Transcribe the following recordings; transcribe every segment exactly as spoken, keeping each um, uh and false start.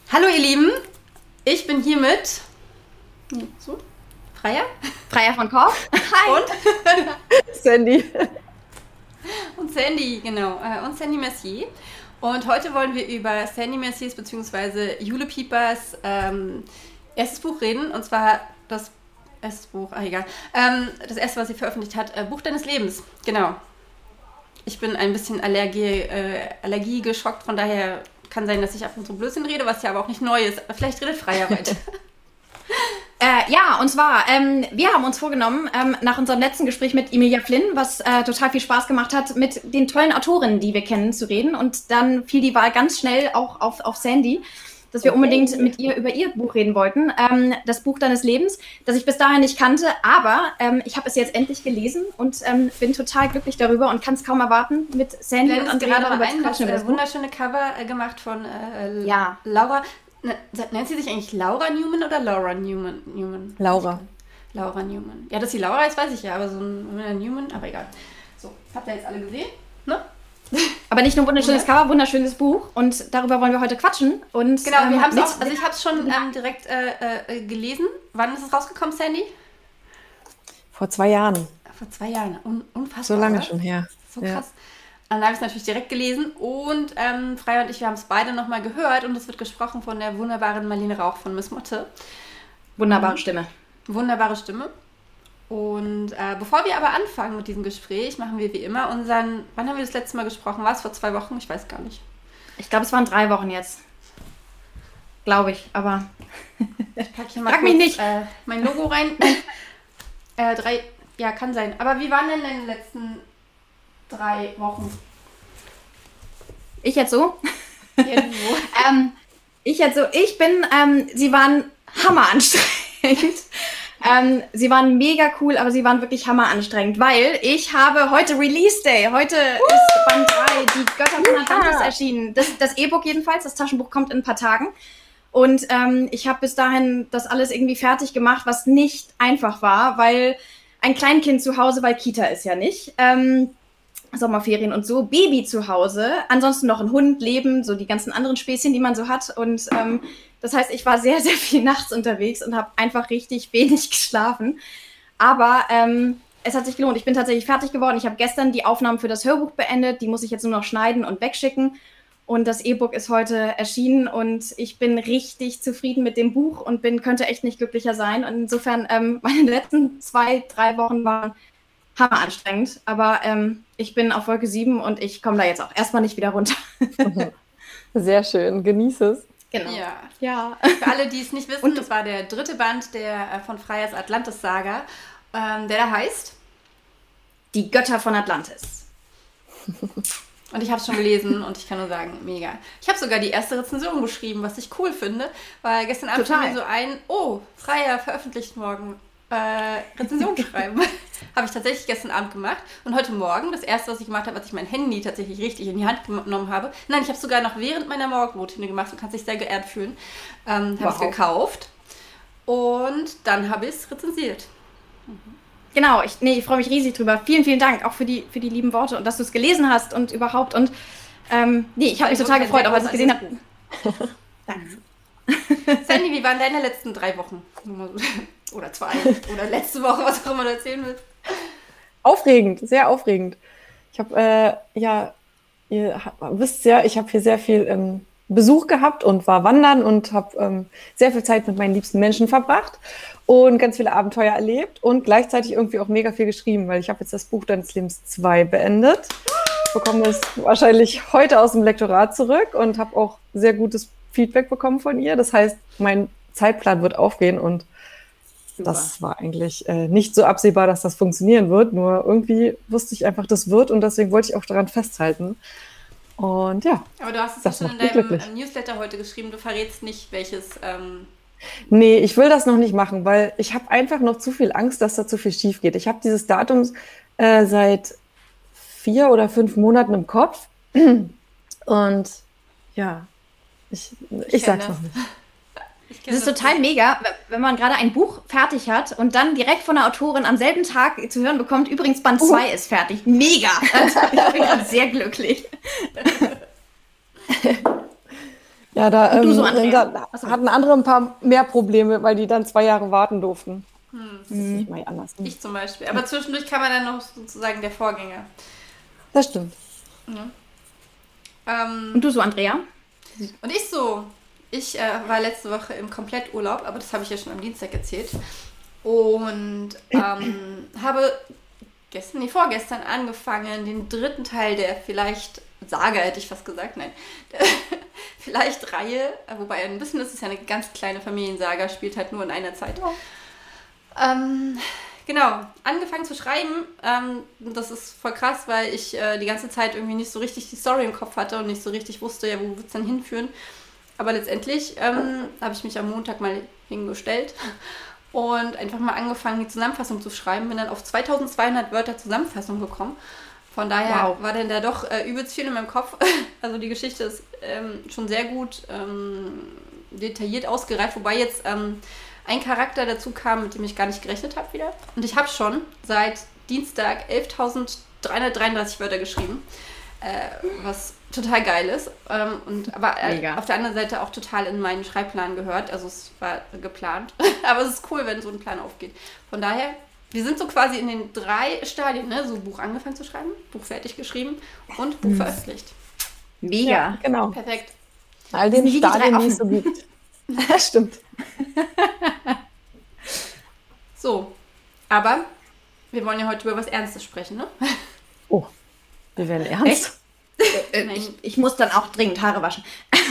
Hallo ihr Lieben, ich bin hier mit so, Freya. Freya von Korf. Hi. Und Sandy. Und Sandy, genau. Und Sandy Mercier. Und heute wollen wir über Sandy Merciers bzw. Jule Piepers ähm, erstes Buch reden. Und zwar das erste Buch, ah egal, ähm, das erste, was sie veröffentlicht hat, äh, Buch deines Lebens. Genau. Ich bin ein bisschen Allergie, äh, Allergie geschockt, von daher kann sein, dass ich ab und zu Blödsinn rede, was ja aber auch nicht neu ist. Vielleicht redet Freya weiter. Äh, ja, und zwar, ähm, wir haben uns vorgenommen, ähm, nach unserem letzten Gespräch mit Emilia Flynn, was äh, total viel Spaß gemacht hat, mit den tollen Autorinnen, die wir kennen, zu reden. Und dann fiel die Wahl ganz schnell auch auf, auf Sandy, dass wir okay. unbedingt mit ihr über ihr Buch reden wollten. Ähm, das Buch deines Lebens, das ich bis dahin nicht kannte, aber ähm, ich habe es jetzt endlich gelesen und ähm, bin total glücklich darüber und kann es kaum erwarten, mit Sandy Blend und Andrea darüber zu quatschen. Das wunderschöne Cover äh, gemacht von äh, ja. Laura. Nennt sie sich eigentlich Laura Newman oder Laura Newman? Newman? Laura. Laura Newman. Ja, dass sie Laura ist, weiß ich ja, aber so ein Newman, aber egal. So, habt ihr jetzt alle gesehen? Ne? Aber nicht nur wunderschönes Cover, wunderschönes Buch und darüber wollen wir heute quatschen. Und, genau, wir ähm, haben es auch, also ich habe es schon ähm, direkt äh, äh, gelesen. Wann ist es rausgekommen, Sandy? Vor zwei Jahren. Vor zwei Jahren, Un unfassbar. So lange oder? schon her. So krass. Ja. Dann habe ich es natürlich direkt gelesen und ähm, Freya und ich, wir haben es beide nochmal gehört und es wird gesprochen von der wunderbaren Marlene Rauch von Miss Motte. Wunderbare Stimme. Wunderbare Stimme. Und äh, bevor wir aber anfangen mit diesem Gespräch, machen wir wie immer unseren, wann haben wir das letzte Mal gesprochen? War es vor zwei Wochen? Ich weiß gar nicht. Ich glaube, es waren drei Wochen jetzt. Glaube ich, aber ich packe hier mal Frag kurz, mich nicht. Äh, mein Logo rein. äh, drei, ja, kann sein. Aber wie waren denn deine letzten drei Wochen? Ich jetzt so? Ja, du so. ähm, ich jetzt so. Ich bin, ähm, sie waren hammeranstrengend. ähm, sie waren mega cool, aber sie waren wirklich hammeranstrengend, weil ich habe heute Release Day. Heute uh! ist Band drei, die Götter von Atlantis ja. erschienen. Das, das E-Book jedenfalls, das Taschenbuch kommt in ein paar Tagen. Und ähm, ich habe bis dahin das alles irgendwie fertig gemacht, was nicht einfach war, weil ein Kleinkind zu Hause, weil Kita ist ja nicht. Ähm, Sommerferien und so, Baby zu Hause, ansonsten noch ein Hund, Leben, so die ganzen anderen Späßchen, die man so hat. Und ähm, das heißt, ich war sehr, sehr viel nachts unterwegs und habe einfach richtig wenig geschlafen. Aber ähm, es hat sich gelohnt. Ich bin tatsächlich fertig geworden. Ich habe gestern die Aufnahmen für das Hörbuch beendet. Die muss ich jetzt nur noch schneiden und wegschicken. Und das E-Book ist heute erschienen und ich bin richtig zufrieden mit dem Buch und bin könnte echt nicht glücklicher sein. Und insofern, ähm, meine letzten zwei, drei Wochen waren hammer anstrengend, aber ähm, ich bin auf Wolke sieben und ich komme da jetzt auch erstmal nicht wieder runter. Sehr schön, genieße es. Genau. Ja. ja. Für alle, die es nicht wissen, und das war der dritte Band der äh, von Freyas Atlantis-Saga, ähm, der da heißt Die Götter von Atlantis. Und ich habe es schon gelesen und ich kann nur sagen, mega. Ich habe sogar die erste Rezension geschrieben, was ich cool finde, weil gestern Abend fiel mir so ein, oh, Freya veröffentlicht morgen. Äh, Rezension schreiben. Habe ich tatsächlich gestern Abend gemacht. Und heute Morgen, das erste, was ich gemacht habe, als ich mein Handy tatsächlich richtig in die Hand genommen habe, nein, ich habe es sogar noch während meiner Morgenroutine gemacht und kannst dich sehr geehrt fühlen, ähm, habe ich es gekauft und dann habe ich es rezensiert. Mhm. Genau, ich, nee, ich freue mich riesig drüber. Vielen, vielen Dank auch für die, für die lieben Worte und dass du es gelesen hast und überhaupt. Und ähm, nee, ich habe mich total gefreut, auch als ich gesehen habe. Danke. Sandy, wie waren deine letzten drei Wochen? Oder zwei. Oder letzte Woche, was auch immer du erzählen willst. Aufregend, sehr aufregend. Ich habe, äh, ja, ihr wisst ja, ich habe hier sehr viel ähm, Besuch gehabt und war wandern und habe ähm, sehr viel Zeit mit meinen liebsten Menschen verbracht und ganz viele Abenteuer erlebt und gleichzeitig irgendwie auch mega viel geschrieben, weil ich habe jetzt das Buch deines Lebens zwei beendet. Ich bekomme es wahrscheinlich heute aus dem Lektorat zurück und habe auch sehr gutes Feedback bekommen von ihr. Das heißt, mein Zeitplan wird aufgehen und super. Das war eigentlich äh, nicht so absehbar, dass das funktionieren wird. Nur irgendwie wusste ich einfach, das wird und deswegen wollte ich auch daran festhalten. Und ja. Aber du hast es das schon in deinem glücklich. Newsletter heute geschrieben. Du verrätst nicht, welches... Ähm nee, ich will das noch nicht machen, weil ich habe einfach noch zu viel Angst, dass da zu viel schief geht. Ich habe dieses Datum äh, seit vier oder fünf Monaten im Kopf und ja, ich, ich, ich sag's das. noch nicht. Das ist total mega, wenn man gerade ein Buch fertig hat und dann direkt von der Autorin am selben Tag zu hören bekommt, übrigens Band zwei uh. ist fertig. Mega! Also, ich bin gerade sehr glücklich. Ja, da, ähm, du so, Andrea? da hatten andere ein paar mehr Probleme, weil die dann zwei Jahre warten durften. Hm. Das ist nicht mal anders. Ich zum Beispiel. Aber zwischendurch kann man dann noch sozusagen der Vorgänger. Das stimmt. Ja. Ähm, Und du so, Andrea? Und ich so, ich äh, war letzte Woche im Kompletturlaub, aber das habe ich ja schon am Dienstag erzählt. Und ähm, habe gestern, nee, vorgestern angefangen, den dritten Teil der vielleicht Saga, hätte ich fast gesagt, nein, der, vielleicht Reihe, wobei ein bisschen ist es ja eine ganz kleine Familiensaga, spielt halt nur in einer Zeit. Oh. Ähm, genau, angefangen zu schreiben, ähm, das ist voll krass, weil ich äh, die ganze Zeit irgendwie nicht so richtig die Story im Kopf hatte und nicht so richtig wusste, ja, wo wird es dann hinführen. Aber letztendlich ähm, habe ich mich am Montag mal hingestellt und einfach mal angefangen, die Zusammenfassung zu schreiben. Bin dann auf zweitausendzweihundert Wörter Zusammenfassung gekommen. Von daher wow. war dann da doch äh, übelst viel in meinem Kopf. Also die Geschichte ist ähm, schon sehr gut ähm, detailliert ausgereift, wobei jetzt ähm, ein Charakter dazu kam, mit dem ich gar nicht gerechnet habe wieder. Und ich habe schon seit Dienstag elftausenddreihundertdreiunddreißig Wörter geschrieben, äh, was total geil ist. Ähm, und, aber äh, auf der anderen Seite auch total in meinen Schreibplan gehört. Also es war geplant. Aber es ist cool, wenn so ein Plan aufgeht. Von daher, wir sind so quasi in den drei Stadien, ne? So Buch angefangen zu schreiben, Buch fertig geschrieben und Buch mhm. veröffentlicht. Mega. Ja, genau. Perfekt. All den Stadien, die es so gibt. Das stimmt. So, aber wir wollen ja heute über was Ernstes sprechen, ne? Oh, wir werden ernst. Äh, ich, ich muss dann auch dringend Haare waschen.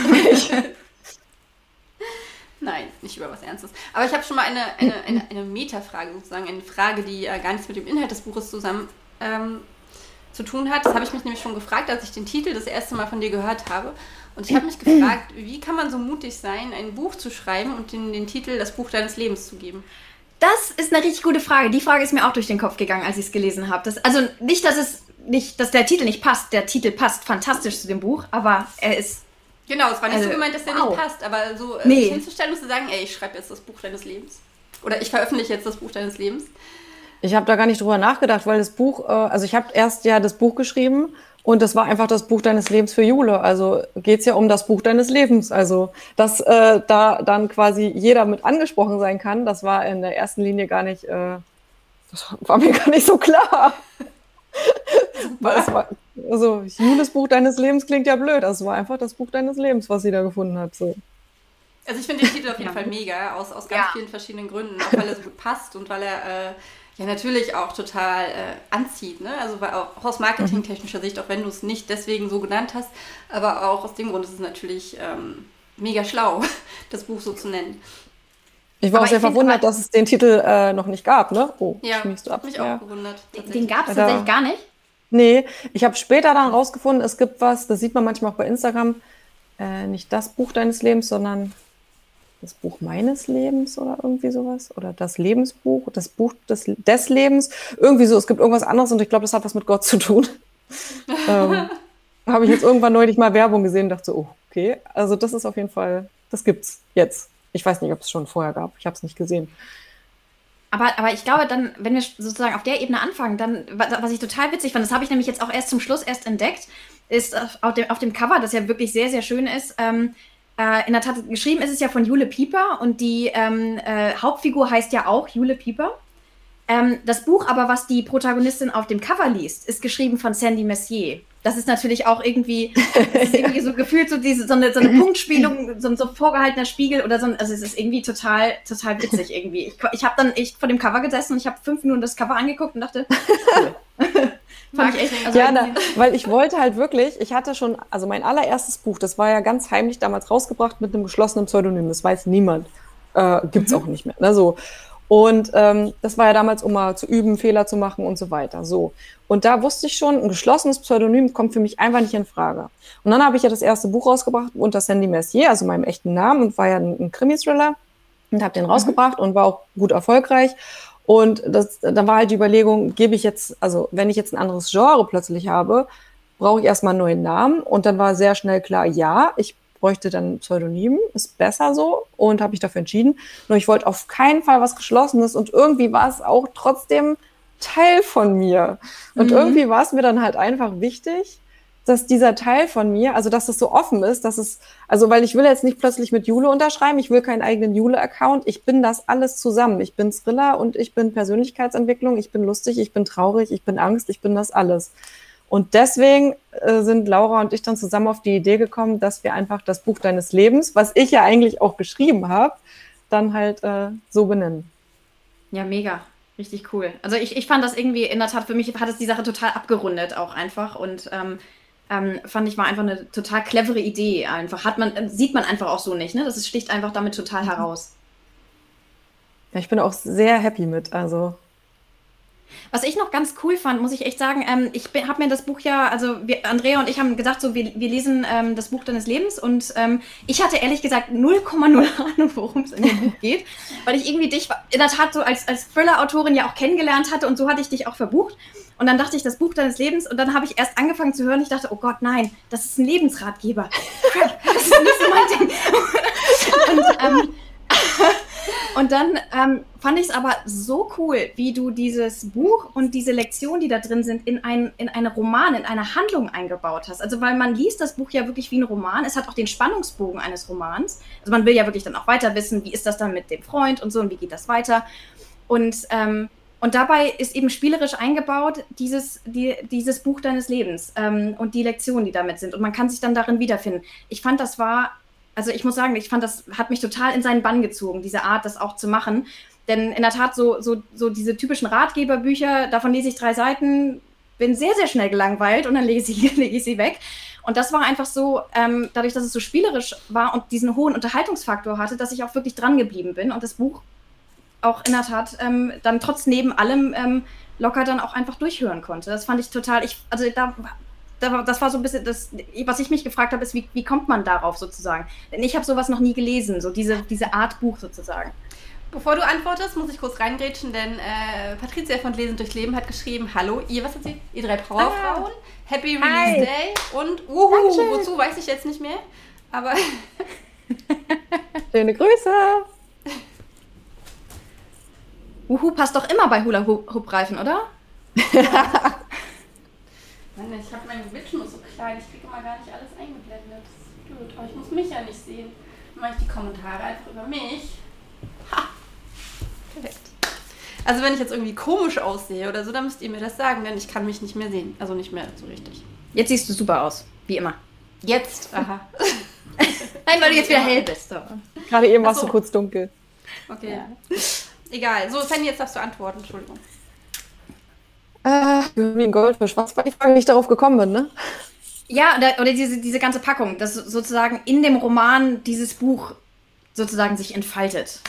Nein, nicht über was Ernstes. Aber ich habe schon mal eine, eine, eine, eine Metafrage sozusagen, eine Frage, die äh, gar nichts mit dem Inhalt des Buches zusammen ähm, zu tun hat. Das habe ich mich nämlich schon gefragt, als ich den Titel das erste Mal von dir gehört habe. Und ich habe mich gefragt, wie kann man so mutig sein, ein Buch zu schreiben und den, den Titel Das Buch deines Lebens zu geben? Das ist eine richtig gute Frage. Die Frage ist mir auch durch den Kopf gegangen, als ich es gelesen habe. Das, also nicht, dass es nicht, dass der Titel nicht passt. Der Titel passt fantastisch zu dem Buch, aber er ist... Genau, es war nicht also, so gemeint, dass der wow. nicht passt, aber so äh, nee. sich hinzustellen und zu sagen, ey, ich schreibe jetzt das Buch deines Lebens. Oder ich veröffentliche jetzt das Buch deines Lebens. Ich habe da gar nicht drüber nachgedacht, weil das Buch, äh, also ich habe erst ja das Buch geschrieben und das war einfach das Buch deines Lebens für Jule. Also geht's ja um das Buch deines Lebens. Also dass äh, da dann quasi jeder mit angesprochen sein kann, das war in der ersten Linie gar nicht, äh, das war mir gar nicht so klar. Weil es war, also Jules Buch deines Lebens klingt ja blöd. Das war einfach das Buch deines Lebens, was sie da gefunden hat. So. Also ich finde den Titel auf jeden ja. Fall mega, aus, aus ganz ja. vielen verschiedenen Gründen. Auch weil er so gut passt und weil er äh, ja natürlich auch total äh, anzieht. Ne? Also auch aus marketingtechnischer Sicht, auch wenn du es nicht deswegen so genannt hast, aber auch aus dem Grund ist es natürlich ähm, mega schlau, das Buch so zu nennen. Ich war aber auch sehr verwundert, dass es den Titel äh, noch nicht gab, ne? Oh, ja, schmiegst du ab. mich ja. auch gewundert. Den gab es tatsächlich gar nicht? Nee, ich habe später dann rausgefunden, es gibt was, das sieht man manchmal auch bei Instagram, äh, nicht das Buch deines Lebens, sondern das Buch meines Lebens oder irgendwie sowas. Oder das Lebensbuch, das Buch des, des Lebens. Irgendwie so, es gibt irgendwas anderes und ich glaube, das hat was mit Gott zu tun. ähm, habe ich jetzt irgendwann neulich mal Werbung gesehen und dachte so, oh, okay, also das ist auf jeden Fall, das gibt's jetzt. Ich weiß nicht, ob es schon vorher gab. Ich habe es nicht gesehen. Aber, aber ich glaube, dann, wenn wir sozusagen auf der Ebene anfangen, dann, was ich total witzig fand, das habe ich nämlich jetzt auch erst zum Schluss erst entdeckt, ist auf dem, auf dem Cover, das ja wirklich sehr, sehr schön ist, ähm, äh, in der Tat, geschrieben ist es ja von Jule Pieper und die ähm, äh, Hauptfigur heißt ja auch Jule Pieper. Ähm, das Buch aber, was die Protagonistin auf dem Cover liest, ist geschrieben von Sandy Messier. Das ist natürlich auch irgendwie, das ist irgendwie so gefühlt so diese so eine, so eine Punktspielung, so ein so vorgehaltener Spiegel oder so. Also es ist irgendwie total, total witzig irgendwie. Ich, ich habe dann echt vor dem Cover gesessen und ich habe fünf Minuten das Cover angeguckt und dachte, cool. Fand ich echt. Also ja, na, weil ich wollte halt wirklich, ich hatte schon, also mein allererstes Buch, das war ja ganz heimlich damals rausgebracht mit einem geschlossenen Pseudonym. Das weiß niemand. Äh, gibt's mhm. auch nicht mehr. Ne, so. Und ähm, das war ja damals, um mal zu üben, Fehler zu machen und so weiter. So. Und da wusste ich schon, ein geschlossenes Pseudonym kommt für mich einfach nicht in Frage. Und dann habe ich ja das erste Buch rausgebracht unter Sandy Messier, also meinem echten Namen, und war ja ein, ein Krimi-Thriller und habe den rausgebracht mhm. und war auch gut erfolgreich. Und das, dann war halt die Überlegung, gebe ich jetzt, also wenn ich jetzt ein anderes Genre plötzlich habe, brauche ich erstmal einen neuen Namen. Und dann war sehr schnell klar, ja, ich bräuchte dann ein Pseudonym, ist besser so, und habe mich dafür entschieden. Nur ich wollte auf keinen Fall was Geschlossenes und irgendwie war es auch trotzdem Teil von mir. Und mhm. irgendwie war es mir dann halt einfach wichtig, dass dieser Teil von mir, also dass es so offen ist, dass es, also weil ich will jetzt nicht plötzlich mit Jule unterschreiben, ich will keinen eigenen Jule-Account, ich bin das alles zusammen. Ich bin Thriller und ich bin Persönlichkeitsentwicklung, ich bin lustig, ich bin traurig, ich bin Angst, ich bin das alles. Und deswegen äh, sind Laura und ich dann zusammen auf die Idee gekommen, dass wir einfach das Buch deines Lebens, was ich ja eigentlich auch geschrieben habe, dann halt äh, so benennen. Ja, mega. Richtig cool. Also ich, ich fand das irgendwie, in der Tat, für mich hat es die Sache total abgerundet auch einfach und ähm, ähm, fand ich war einfach eine total clevere Idee einfach. Hat man, sieht man einfach auch so nicht, ne? Das ist sticht einfach damit total heraus. Ja, ich bin auch sehr happy mit, also... Was ich noch ganz cool fand, muss ich echt sagen, ähm, ich habe mir das Buch ja, also wir, Andrea und ich haben gesagt, so wir, wir lesen ähm, das Buch deines Lebens und ähm, ich hatte ehrlich gesagt null Komma null Ahnung, worum es in dem Buch geht, weil ich irgendwie dich in der Tat so als, als Thriller-Autorin ja auch kennengelernt hatte und so hatte ich dich auch verbucht und dann dachte ich, das Buch deines Lebens und dann habe ich erst angefangen zu hören, ich dachte, oh Gott, nein, das ist ein Lebensratgeber. Crap, das ist nicht so mein Ding. Und, ähm, Und dann ähm, fand ich es aber so cool, wie du dieses Buch und diese Lektionen, die da drin sind, in, ein, in einen Roman, in eine Handlung eingebaut hast. Also weil man liest das Buch ja wirklich wie ein Roman. Es hat auch den Spannungsbogen eines Romans. Also man will ja wirklich dann auch weiter wissen, wie ist das dann mit dem Freund und so und wie geht das weiter. Und, ähm, und dabei ist eben spielerisch eingebaut dieses, die, dieses Buch deines Lebens ähm, und die Lektionen, die damit sind. Und man kann sich dann darin wiederfinden. Ich fand, das war... Also ich muss sagen, ich fand, das hat mich total in seinen Bann gezogen, diese Art, das auch zu machen. Denn in der Tat, so, so, so diese typischen Ratgeberbücher, davon lese ich drei Seiten, bin sehr, sehr schnell gelangweilt und dann lege ich, lege ich sie weg. Und das war einfach so, ähm, dadurch, dass es so spielerisch war und diesen hohen Unterhaltungsfaktor hatte, dass ich auch wirklich dran geblieben bin und das Buch auch in der Tat ähm, dann trotz neben allem ähm, locker dann auch einfach durchhören konnte. Das fand ich total, ich, also da... Das war so ein bisschen, das, was ich mich gefragt habe, ist, wie, wie kommt man darauf sozusagen? Denn ich habe sowas noch nie gelesen, so diese, diese Art Buch sozusagen. Bevor du antwortest, muss ich kurz reingrätschen, denn äh, Patricia von Lesen durch Leben hat geschrieben, hallo, ihr, was hat sie? Ihr drei Powerfrauen, ah. Happy Release Hi. Day und uhu, Dankeschön. Wozu, weiß ich jetzt nicht mehr, aber... Schöne Grüße! Uhu passt doch immer bei Hula-Hoop-Reifen, oder? Mann, ich habe meinen Bildschirm so klein, ich kriege immer gar nicht alles eingeblendet. Das ist blöd, aber ich muss mich ja nicht sehen. Dann mache ich die Kommentare einfach über mich. Ha! Perfekt. Also wenn ich jetzt irgendwie komisch aussehe oder so, dann müsst ihr mir das sagen, denn ich kann mich nicht mehr sehen. Also nicht mehr so richtig. Jetzt siehst du super aus, wie immer. Jetzt? Aha. Nein, weil du jetzt wieder hell bist. So. Gerade eben warst so. Du kurz dunkel. Okay. Ja. Egal. So, Fanny, jetzt darfst du antworten. Entschuldigung. Äh, wie ein Goldfisch. Was war die Frage, wie ich darauf gekommen bin, ne? Ja, oder, oder diese, diese ganze Packung, dass sozusagen in dem Roman dieses Buch sozusagen sich entfaltet.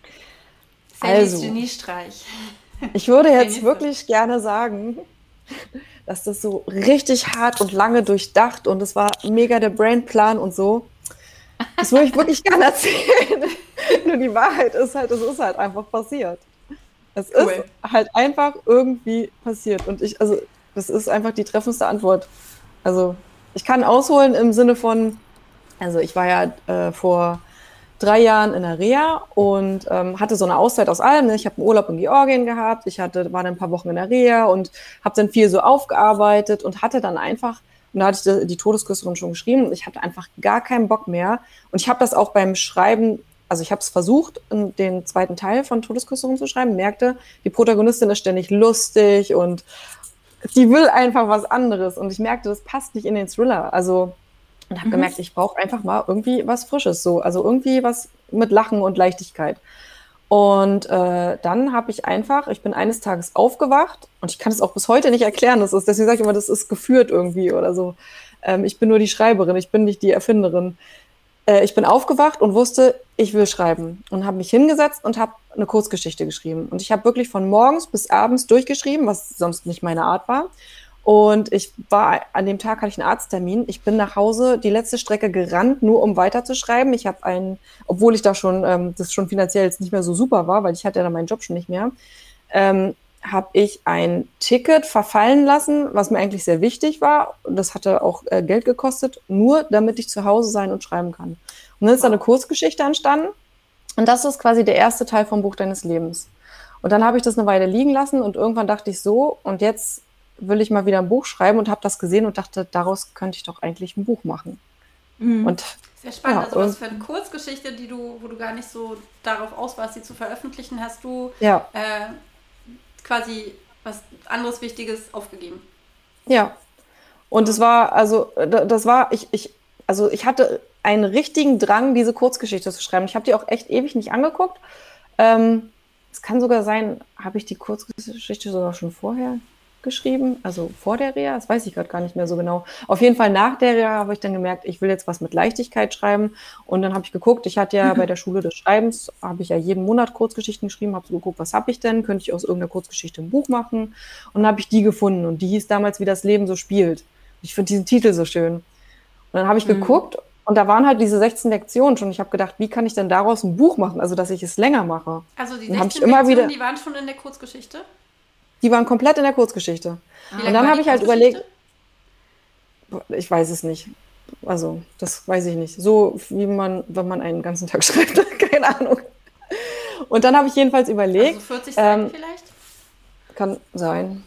Also, Geniestreich. Ich würde jetzt wirklich gerne sagen, dass das so richtig hart und lange durchdacht und es war mega der Brainplan und so. Das würde ich wirklich gerne erzählen. Nur die Wahrheit ist halt, es ist halt einfach passiert. Es cool. ist halt einfach irgendwie passiert. Und ich, also, das ist einfach die treffendste Antwort. Also, ich kann ausholen im Sinne von, also ich war ja äh, vor drei Jahren in der Reha und ähm, hatte so eine Auszeit aus allem. Ich habe einen Urlaub in Georgien gehabt, ich hatte, war dann ein paar Wochen in der Reha und habe dann viel so aufgearbeitet und hatte dann einfach, und da hatte ich die Todesküsserin schon geschrieben, ich hatte einfach gar keinen Bock mehr. Und ich habe das auch beim Schreiben, also ich habe es versucht, den zweiten Teil von Todesküsserin zu schreiben, merkte, die Protagonistin ist ständig lustig und die will einfach was anderes. Und ich merkte, das passt nicht in den Thriller. Also, und habe mhm. gemerkt, ich brauche einfach mal irgendwie was Frisches. So. Also irgendwie was mit Lachen und Leichtigkeit. Und äh, dann habe ich einfach, ich bin eines Tages aufgewacht und ich kann es auch bis heute nicht erklären. Das ist, deswegen sage ich immer, das ist geführt irgendwie oder so. Ähm, ich bin nur die Schreiberin, ich bin nicht die Erfinderin. Äh, ich bin aufgewacht und wusste, ich will schreiben und habe mich hingesetzt und habe eine Kurzgeschichte geschrieben. Und ich habe wirklich von morgens bis abends durchgeschrieben, was sonst nicht meine Art war. Und ich war, an dem Tag hatte ich einen Arzttermin. Ich bin nach Hause die letzte Strecke gerannt, nur um weiterzuschreiben. Ich habe einen, obwohl ich da schon, ähm, das schon finanziell jetzt nicht mehr so super war, weil ich hatte ja dann meinen Job schon nicht mehr, ähm, habe ich ein Ticket verfallen lassen, was mir eigentlich sehr wichtig war. Und das hatte auch äh, Geld gekostet, nur damit ich zu Hause sein und schreiben kann. Und dann ist da eine Kurzgeschichte entstanden. Und das ist quasi der erste Teil vom Buch deines Lebens. Und dann habe ich das eine Weile liegen lassen und irgendwann dachte ich so, und jetzt will ich mal wieder ein Buch schreiben und habe das gesehen und dachte, daraus könnte ich doch eigentlich ein Buch machen. Mhm. Und sehr spannend, ja, also was für eine Kurzgeschichte, die du, wo du gar nicht so darauf aus warst, sie zu veröffentlichen, hast du ja. äh, quasi was anderes Wichtiges aufgegeben. Ja. Und es war, also, das war, ich, ich, also ich hatte einen richtigen Drang, diese Kurzgeschichte zu schreiben. Ich habe die auch echt ewig nicht angeguckt. Ähm, es kann sogar sein, habe ich die Kurzgeschichte sogar schon vorher geschrieben, also vor der Reha, das weiß ich gerade gar nicht mehr so genau. Auf jeden Fall nach der Reha habe ich dann gemerkt, ich will jetzt was mit Leichtigkeit schreiben und dann habe ich geguckt, ich hatte ja bei der Schule des Schreibens, habe ich ja jeden Monat Kurzgeschichten geschrieben, habe so geguckt, was habe ich denn, könnte ich aus irgendeiner Kurzgeschichte ein Buch machen und dann habe ich die gefunden und die hieß damals, wie das Leben so spielt. Ich finde diesen Titel so schön. Und dann habe ich mhm. geguckt und da waren halt diese sechzehn Lektionen schon. Ich habe gedacht, wie kann ich denn daraus ein Buch machen, also dass ich es länger mache. Also die sechzehn Lektionen, wieder, die waren schon in der Kurzgeschichte? Die waren komplett in der Kurzgeschichte. Wie und dann habe ich halt überlegt, ich weiß es nicht. Also, das weiß ich nicht. So wie man, wenn man einen ganzen Tag schreibt, keine Ahnung. Und dann habe ich jedenfalls überlegt. Also vierzig Seiten ähm, vielleicht? Kann sein.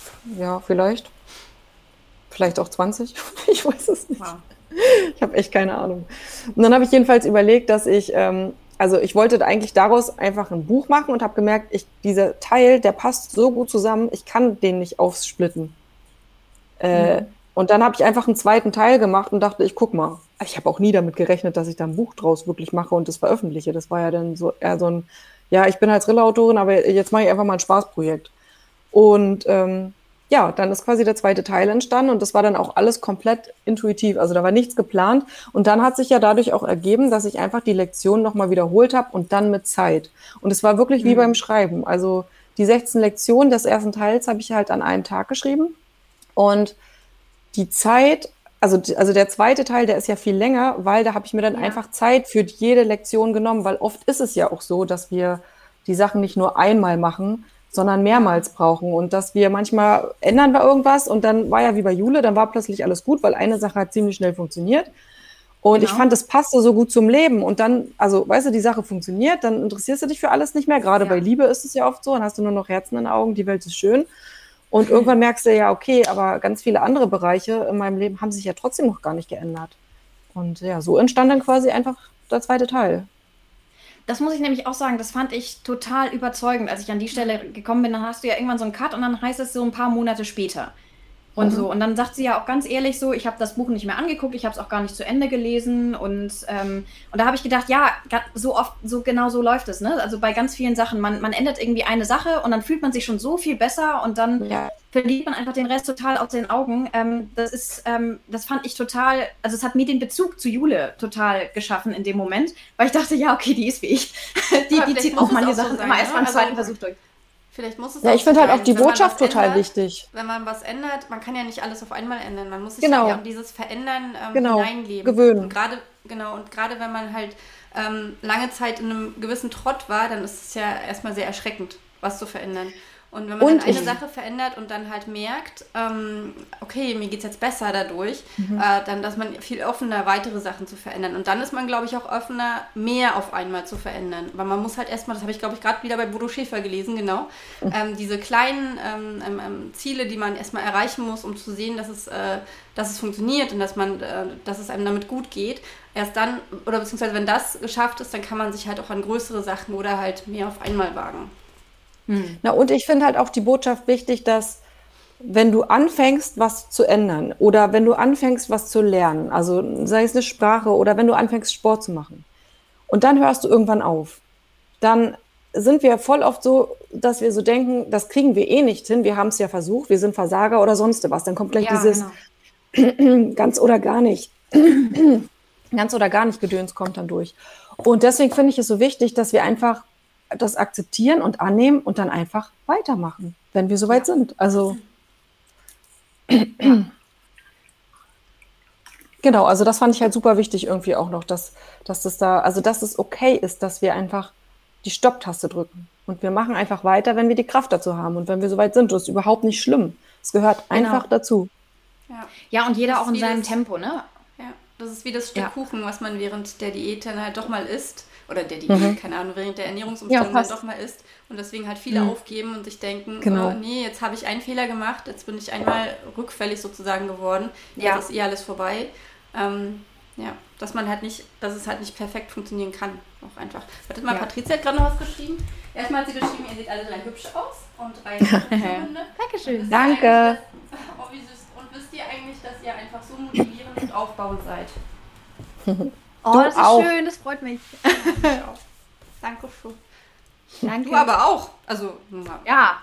Ja, vielleicht. Vielleicht auch zwanzig. Ich weiß es nicht. Wow. Ich habe echt keine Ahnung. Und dann habe ich jedenfalls überlegt, dass ich ähm, Also ich wollte eigentlich daraus einfach ein Buch machen und habe gemerkt, ich, dieser Teil, der passt so gut zusammen, ich kann den nicht aufsplitten. Äh, mhm. Und dann habe ich einfach einen zweiten Teil gemacht und dachte, ich guck mal. Ich habe auch nie damit gerechnet, dass ich da ein Buch draus wirklich mache und das veröffentliche. Das war ja dann so eher so ein, ja, ich bin halt Thriller-Autorin, aber jetzt mache ich einfach mal ein Spaßprojekt. Und ähm, ja, dann ist quasi der zweite Teil entstanden und das war dann auch alles komplett intuitiv. Also da war nichts geplant. Und dann hat sich ja dadurch auch ergeben, dass ich einfach die Lektion nochmal wiederholt habe und dann mit Zeit. Und es war wirklich mhm. wie beim Schreiben. Also die sechzehn Lektionen des ersten Teils habe ich halt an einem Tag geschrieben. Und die Zeit, also, also der zweite Teil, der ist ja viel länger, weil da habe ich mir dann ja. einfach Zeit für jede Lektion genommen, weil oft ist es ja auch so, dass wir die Sachen nicht nur einmal machen, sondern mehrmals brauchen und dass wir manchmal ändern wir irgendwas und dann war ja wie bei Jule, dann war plötzlich alles gut, weil eine Sache hat ziemlich schnell funktioniert und genau. ich fand, das passte so gut zum Leben und dann, also weißt du, die Sache funktioniert, dann interessierst du dich für alles nicht mehr, gerade ja. bei Liebe ist es ja oft so, dann hast du nur noch Herzen in den Augen, die Welt ist schön und mhm. irgendwann merkst du ja, okay, aber ganz viele andere Bereiche in meinem Leben haben sich ja trotzdem noch gar nicht geändert und ja, so entstand dann quasi einfach der zweite Teil. Das muss ich nämlich auch sagen, das fand ich total überzeugend, als ich an die Stelle gekommen bin. Dann hast du ja irgendwann so einen Cut und dann heißt es so ein paar Monate später. Und mhm. so. Und dann sagt sie ja auch ganz ehrlich so, ich habe das Buch nicht mehr angeguckt, ich habe es auch gar nicht zu Ende gelesen. Und, ähm, und da habe ich gedacht, ja, so oft, so genau so läuft es. Ne? Also bei ganz vielen Sachen, man, man ändert irgendwie eine Sache und dann fühlt man sich schon so viel besser und dann ja. verliert man einfach den Rest total aus den Augen. Ähm, das ist, ähm, das fand ich total, also es hat mir den Bezug zu Jule total geschaffen in dem Moment, weil ich dachte, ja, okay, die ist wie ich. die die zieht auch manche Sachen so sein, immer erst beim also zweiten Versuch durch. Vielleicht muss es ja, ich finde halt auch die Botschaft total ändert, wichtig. Wenn man was ändert, man kann ja nicht alles auf einmal ändern. Man muss sich genau. ja auch dieses Verändern ähm, genau. hineinleben. Gewöhnen. Und gerade, genau, und gerade wenn man halt ähm, lange Zeit in einem gewissen Trott war, dann ist es ja erstmal sehr erschreckend, was zu verändern. Und wenn man und dann eine ich, Sache verändert und dann halt merkt, ähm, okay, mir geht's jetzt besser dadurch, mhm. äh, dann, dass man viel offener weitere Sachen zu verändern. Und dann ist man, glaube ich, auch offener, mehr auf einmal zu verändern. Weil man muss halt erstmal, das habe ich, glaube ich, gerade wieder bei Bodo Schäfer gelesen, genau, mhm. ähm, diese kleinen ähm, ähm, Ziele, die man erstmal erreichen muss, um zu sehen, dass es, äh, dass es funktioniert und dass man, äh, dass es einem damit gut geht. Erst dann, oder beziehungsweise wenn das geschafft ist, dann kann man sich halt auch an größere Sachen oder halt mehr auf einmal wagen. Na, und ich finde halt auch die Botschaft wichtig, dass wenn du anfängst, was zu ändern oder wenn du anfängst, was zu lernen, also sei es eine Sprache oder wenn du anfängst, Sport zu machen und dann hörst du irgendwann auf, dann sind wir voll oft so, dass wir so denken, das kriegen wir eh nicht hin, wir haben es ja versucht, wir sind Versager oder sonst was. Dann kommt gleich ja, dieses genau. ganz oder gar nicht, ganz oder gar nicht Gedöns kommt dann durch. Und deswegen finde ich es so wichtig, dass wir einfach das akzeptieren und annehmen und dann einfach weitermachen, wenn wir soweit ja. sind. Also genau, also das fand ich halt super wichtig irgendwie auch noch, dass, dass das da, also dass es okay ist, dass wir einfach die Stopptaste drücken und wir machen einfach weiter, wenn wir die Kraft dazu haben und wenn wir soweit sind. Das ist überhaupt nicht schlimm. Es gehört einfach genau. dazu. Ja. ja, und jeder auch in seinem das, Tempo, ne? Ja, das ist wie das Stück ja. Kuchen, was man während der Diät dann halt doch mal isst. oder der die, Mhm. keine Ahnung, während der Ernährungsumstellung Ja, dann passt. doch mal isst und deswegen halt viele Mhm. aufgeben und sich denken, Genau. äh, nee, jetzt habe ich einen Fehler gemacht, jetzt bin ich einmal rückfällig sozusagen geworden, jetzt Ja. ist eh alles vorbei. Ähm, ja, dass man halt nicht, dass es halt nicht perfekt funktionieren kann, auch einfach. Wartet mal, Ja. Patricia hat gerade noch was geschrieben. Erstmal hat sie geschrieben, ihr seht alle drei hübsch aus und drei Hunde. Dankeschön. Wisst ihr Danke. eigentlich, dass- Oh, wie süß. Und wisst ihr eigentlich, dass ihr einfach so motivierend und aufbauend seid? Oh, Du das ist auch. schön, das freut mich. Ich auch. Danke schön. Danke. Du aber auch. Also, nun mal. Ja,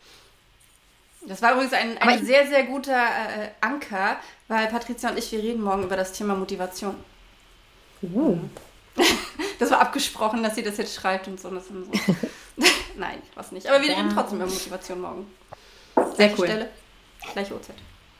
Das war übrigens ein, Aber ein ich- sehr, sehr guter äh, Anker, weil Patricia und ich, wir reden morgen über das Thema Motivation. Uh. Das war abgesprochen, dass sie das jetzt schreibt und so. Und das und so. Nein, was nicht. Aber wir reden Ja. trotzdem über Motivation morgen. Sehr Gleiche cool. Stelle, gleiche Uhrzeit.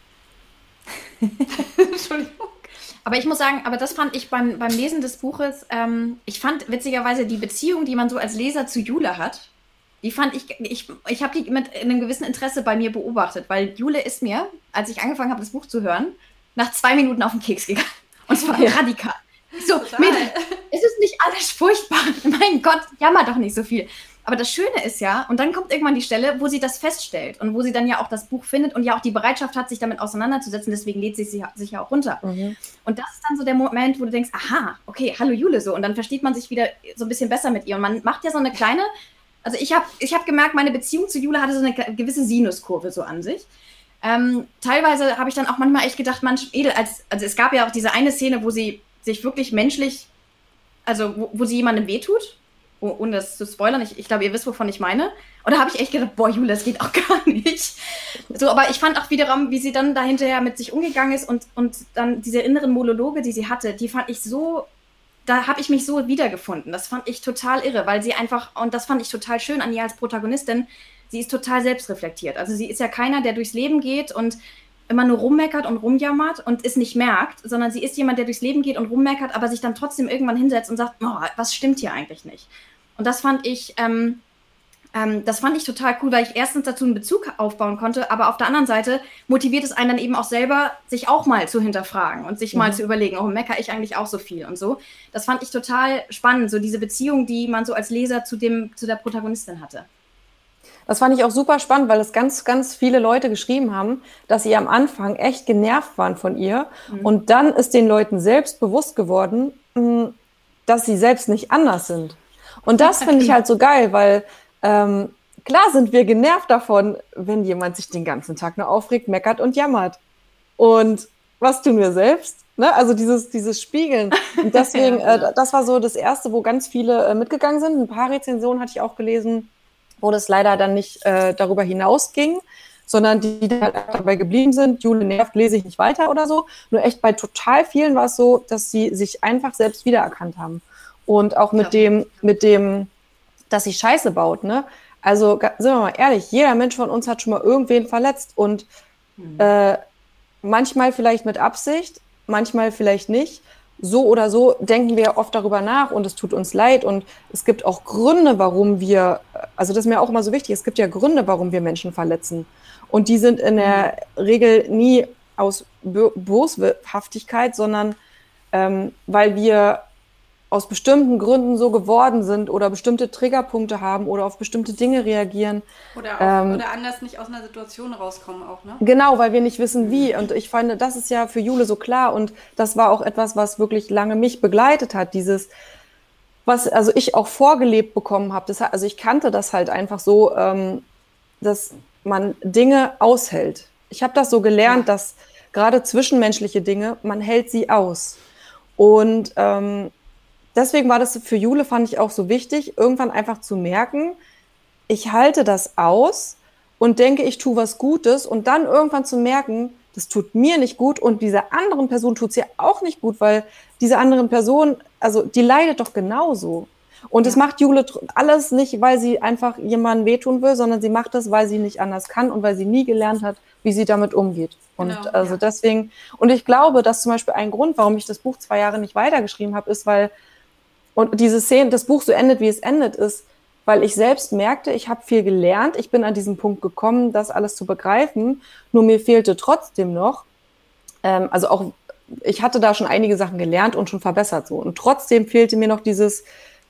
Entschuldigung. aber ich muss sagen, aber das fand ich beim, beim Lesen des Buches, ähm, ich fand witzigerweise die Beziehung, die man so als Leser zu Jule hat, die fand ich, ich, ich habe die mit einem gewissen Interesse bei mir beobachtet, weil Jule ist mir, als ich angefangen habe, das Buch zu hören, nach zwei Minuten auf den Keks gegangen. Und zwar Ja. radikal. So, Total. Mädel, es ist nicht alles furchtbar. Mein Gott, jammer doch nicht so viel. Aber das Schöne ist ja, und dann kommt irgendwann die Stelle, wo sie das feststellt und wo sie dann ja auch das Buch findet und ja auch die Bereitschaft hat, sich damit auseinanderzusetzen, deswegen lädt sie sich sich ja auch runter. Mhm. Und das ist dann so der Moment, wo du denkst, aha, okay, hallo Jule, so. Und dann versteht man sich wieder so ein bisschen besser mit ihr. Und man macht ja so eine kleine, also ich habe ich hab gemerkt, meine Beziehung zu Jule hatte so eine gewisse Sinuskurve so an sich. Ähm, teilweise habe ich dann auch manchmal echt gedacht, Mensch, Edel, als, also es gab ja auch diese eine Szene, wo sie sich wirklich menschlich, also wo, wo sie jemandem wehtut, oh, ohne das zu spoilern, ich, ich glaube, ihr wisst, wovon ich meine. Und da habe ich echt gedacht, boah, Jule, das geht auch gar nicht. So, aber ich fand auch wiederum, wie sie dann dahinterher mit sich umgegangen ist und, und dann diese inneren Monologe, die sie hatte, die fand ich so, da habe ich mich so wiedergefunden. Das fand ich total irre, weil sie einfach, und das fand ich total schön an ihr als Protagonistin, sie ist total selbstreflektiert. Also sie ist ja keiner, der durchs Leben geht und immer nur rummeckert und rumjammert und es nicht merkt, sondern sie ist jemand, der durchs Leben geht und rummeckert, aber sich dann trotzdem irgendwann hinsetzt und sagt, oh, was stimmt hier eigentlich nicht? Und das fand ich, ähm, ähm, das fand ich total cool, weil ich erstens dazu einen Bezug aufbauen konnte, aber auf der anderen Seite motiviert es einen dann eben auch selber, sich auch mal zu hinterfragen und sich Mhm. mal zu überlegen, oh, meckere ich eigentlich auch so viel und so. Das fand ich total spannend, so diese Beziehung, die man so als Leser zu dem, zu der Protagonistin hatte. Das fand ich auch super spannend, weil es ganz, ganz viele Leute geschrieben haben, dass sie am Anfang echt genervt waren von ihr. Mhm. Und dann ist den Leuten selbst bewusst geworden, mh, dass sie selbst nicht anders sind. Und das finde ich halt so geil, weil ähm, klar sind wir genervt davon, wenn jemand sich den ganzen Tag nur aufregt, meckert und jammert. Und was tun wir selbst? Ne? Also dieses, dieses Spiegeln. Und deswegen, Ja, genau. äh, das war so das Erste, wo ganz viele äh, mitgegangen sind. Ein paar Rezensionen hatte ich auch gelesen, wo das leider dann nicht äh, darüber hinausging, sondern die, die halt dabei geblieben sind, Jule nervt, lese ich nicht weiter oder so. Nur echt bei total vielen war es so, dass sie sich einfach selbst wiedererkannt haben. Und auch mit Ja. dem, mit dem, dass sie Scheiße baut, ne? Also, ga- sind wir mal ehrlich, jeder Mensch von uns hat schon mal irgendwen verletzt und äh, manchmal vielleicht mit Absicht, manchmal vielleicht nicht. So oder so denken wir oft darüber nach und es tut uns leid und es gibt auch Gründe, warum wir, also das ist mir auch immer so wichtig, es gibt ja Gründe, warum wir Menschen verletzen und die sind in der Regel nie aus Bo- Boshaftigkeit, sondern ähm, weil wir aus bestimmten Gründen so geworden sind oder bestimmte Triggerpunkte haben oder auf bestimmte Dinge reagieren. Oder, auch, Ähm, oder anders nicht aus einer Situation rauskommen auch, ne? Genau, weil wir nicht wissen, wie. Und ich fand, das ist ja für Jule so klar. Und das war auch etwas, was wirklich lange mich begleitet hat. Dieses, was also ich auch vorgelebt bekommen habe. Das, also ich kannte das halt einfach so, ähm, dass man Dinge aushält. Ich habe das so gelernt, Ja. dass gerade zwischenmenschliche Dinge, man hält sie aus. Und ähm, deswegen war das für Jule, fand ich auch so wichtig, irgendwann einfach zu merken, ich halte das aus und denke, ich tue was Gutes und dann irgendwann zu merken, das tut mir nicht gut und dieser anderen Person tut es ja auch nicht gut, weil diese anderen Person, also die leidet doch genauso. Und das Ja. macht Jule tr- alles nicht, weil sie einfach jemandem wehtun will, sondern sie macht das, weil sie nicht anders kann und weil sie nie gelernt hat, wie sie damit umgeht. Und Genau, also ja. deswegen, und ich glaube, dass zum Beispiel ein Grund, warum ich das Buch zwei Jahre nicht weitergeschrieben habe, ist, weil, und diese Szene, das Buch so endet, wie es endet, ist, weil ich selbst merkte, ich habe viel gelernt, ich bin an diesen Punkt gekommen, das alles zu begreifen, nur mir fehlte trotzdem noch, ähm, also auch, ich hatte da schon einige Sachen gelernt und schon verbessert so und trotzdem fehlte mir noch dieses,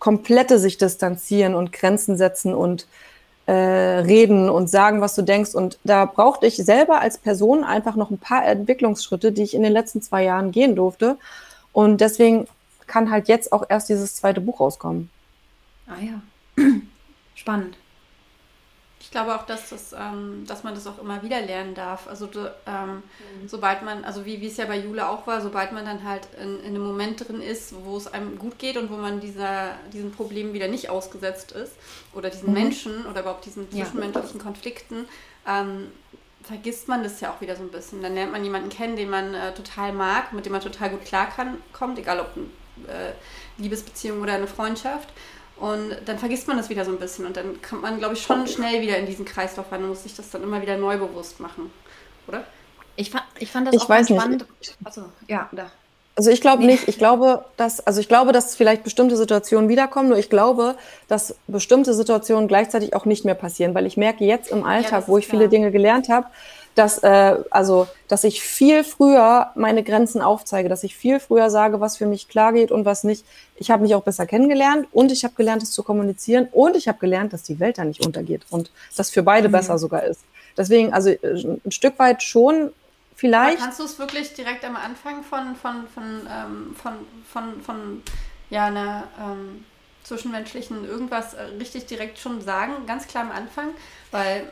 komplette sich distanzieren und Grenzen setzen und äh, reden und sagen, was du denkst. Und da brauchte ich selber als Person einfach noch ein paar Entwicklungsschritte, die ich in den letzten zwei Jahren gehen durfte. Und deswegen kann halt jetzt auch erst dieses zweite Buch rauskommen. Ah ja, spannend. Ich glaube auch, dass, das, ähm, dass man das auch immer wieder lernen darf. Also du, ähm, mhm. sobald man, also wie, wie es ja bei Jule auch war, sobald man dann halt in, in einem Moment drin ist, wo es einem gut geht und wo man dieser, diesen Problemen wieder nicht ausgesetzt ist oder diesen mhm. Menschen oder überhaupt diesen zwischenmenschlichen ja. Konflikten, ähm, vergisst man das ja auch wieder so ein bisschen. Dann lernt man jemanden kennen, den man äh, total mag, mit dem man total gut klarkommt, egal ob eine äh, Liebesbeziehung oder eine Freundschaft. Und dann vergisst man das wieder so ein bisschen und dann kommt man, glaube ich, schon schnell wieder in diesen Kreislauf rein und muss sich das dann immer wieder neu bewusst machen, oder? Ich fand, ich fand das ich auch weiß ganz nicht. spannend. Achso, ja, da. Also ich glaube nee. nicht. Ich glaube, dass, also ich glaube, dass vielleicht bestimmte Situationen wiederkommen, nur ich glaube, dass bestimmte Situationen gleichzeitig auch nicht mehr passieren, weil ich merke jetzt im Alltag, ja, wo ich klar. viele Dinge gelernt habe, dass, äh, also, dass ich viel früher meine Grenzen aufzeige, dass ich viel früher sage, was für mich klar geht und was nicht. Ich habe mich auch besser kennengelernt und ich habe gelernt, es zu kommunizieren und ich habe gelernt, dass die Welt da nicht untergeht und das für beide mhm. besser sogar ist. Deswegen, also ein Stück weit schon vielleicht. Aber kannst du es wirklich direkt am Anfang von, von, von, ähm, von, von, von ja, einer ähm, zwischenmenschlichen irgendwas äh, richtig direkt schon sagen, ganz klar am Anfang, weil,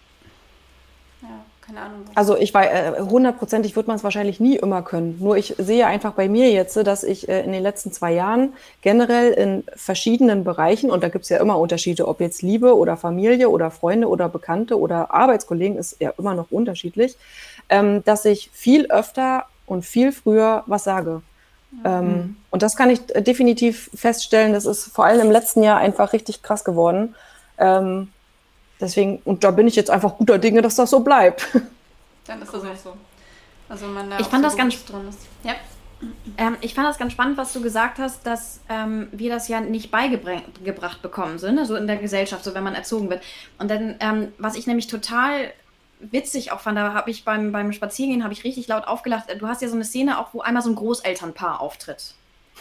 ja, keine Ahnung. Also ich war hundertprozentig wird man es wahrscheinlich nie immer können. Nur ich sehe einfach bei mir jetzt, dass ich äh, in den letzten zwei Jahren generell in verschiedenen Bereichen, und da gibt es ja immer Unterschiede, ob jetzt Liebe oder Familie oder Freunde oder Bekannte oder Arbeitskollegen, ist ja immer noch unterschiedlich, ähm, dass ich viel öfter und viel früher was sage. Mhm. Ähm, und das kann ich definitiv feststellen, das ist vor allem im letzten Jahr einfach richtig krass geworden. Ähm, Deswegen, und da bin ich jetzt einfach guter Dinge, dass das so bleibt. Dann ist das auch so. Also man da ich fand so das ganz drin ist. Ja. Ähm, ich fand das ganz spannend, was du gesagt hast, dass ähm, wir das ja nicht beigebracht bekommen, so, ne? So in der Gesellschaft, so wenn man erzogen wird. Und dann, ähm, was ich nämlich total witzig auch fand, da habe ich beim, beim Spaziergehen, habe ich richtig laut aufgelacht. Du hast ja so eine Szene auch, wo einmal so ein Großelternpaar auftritt.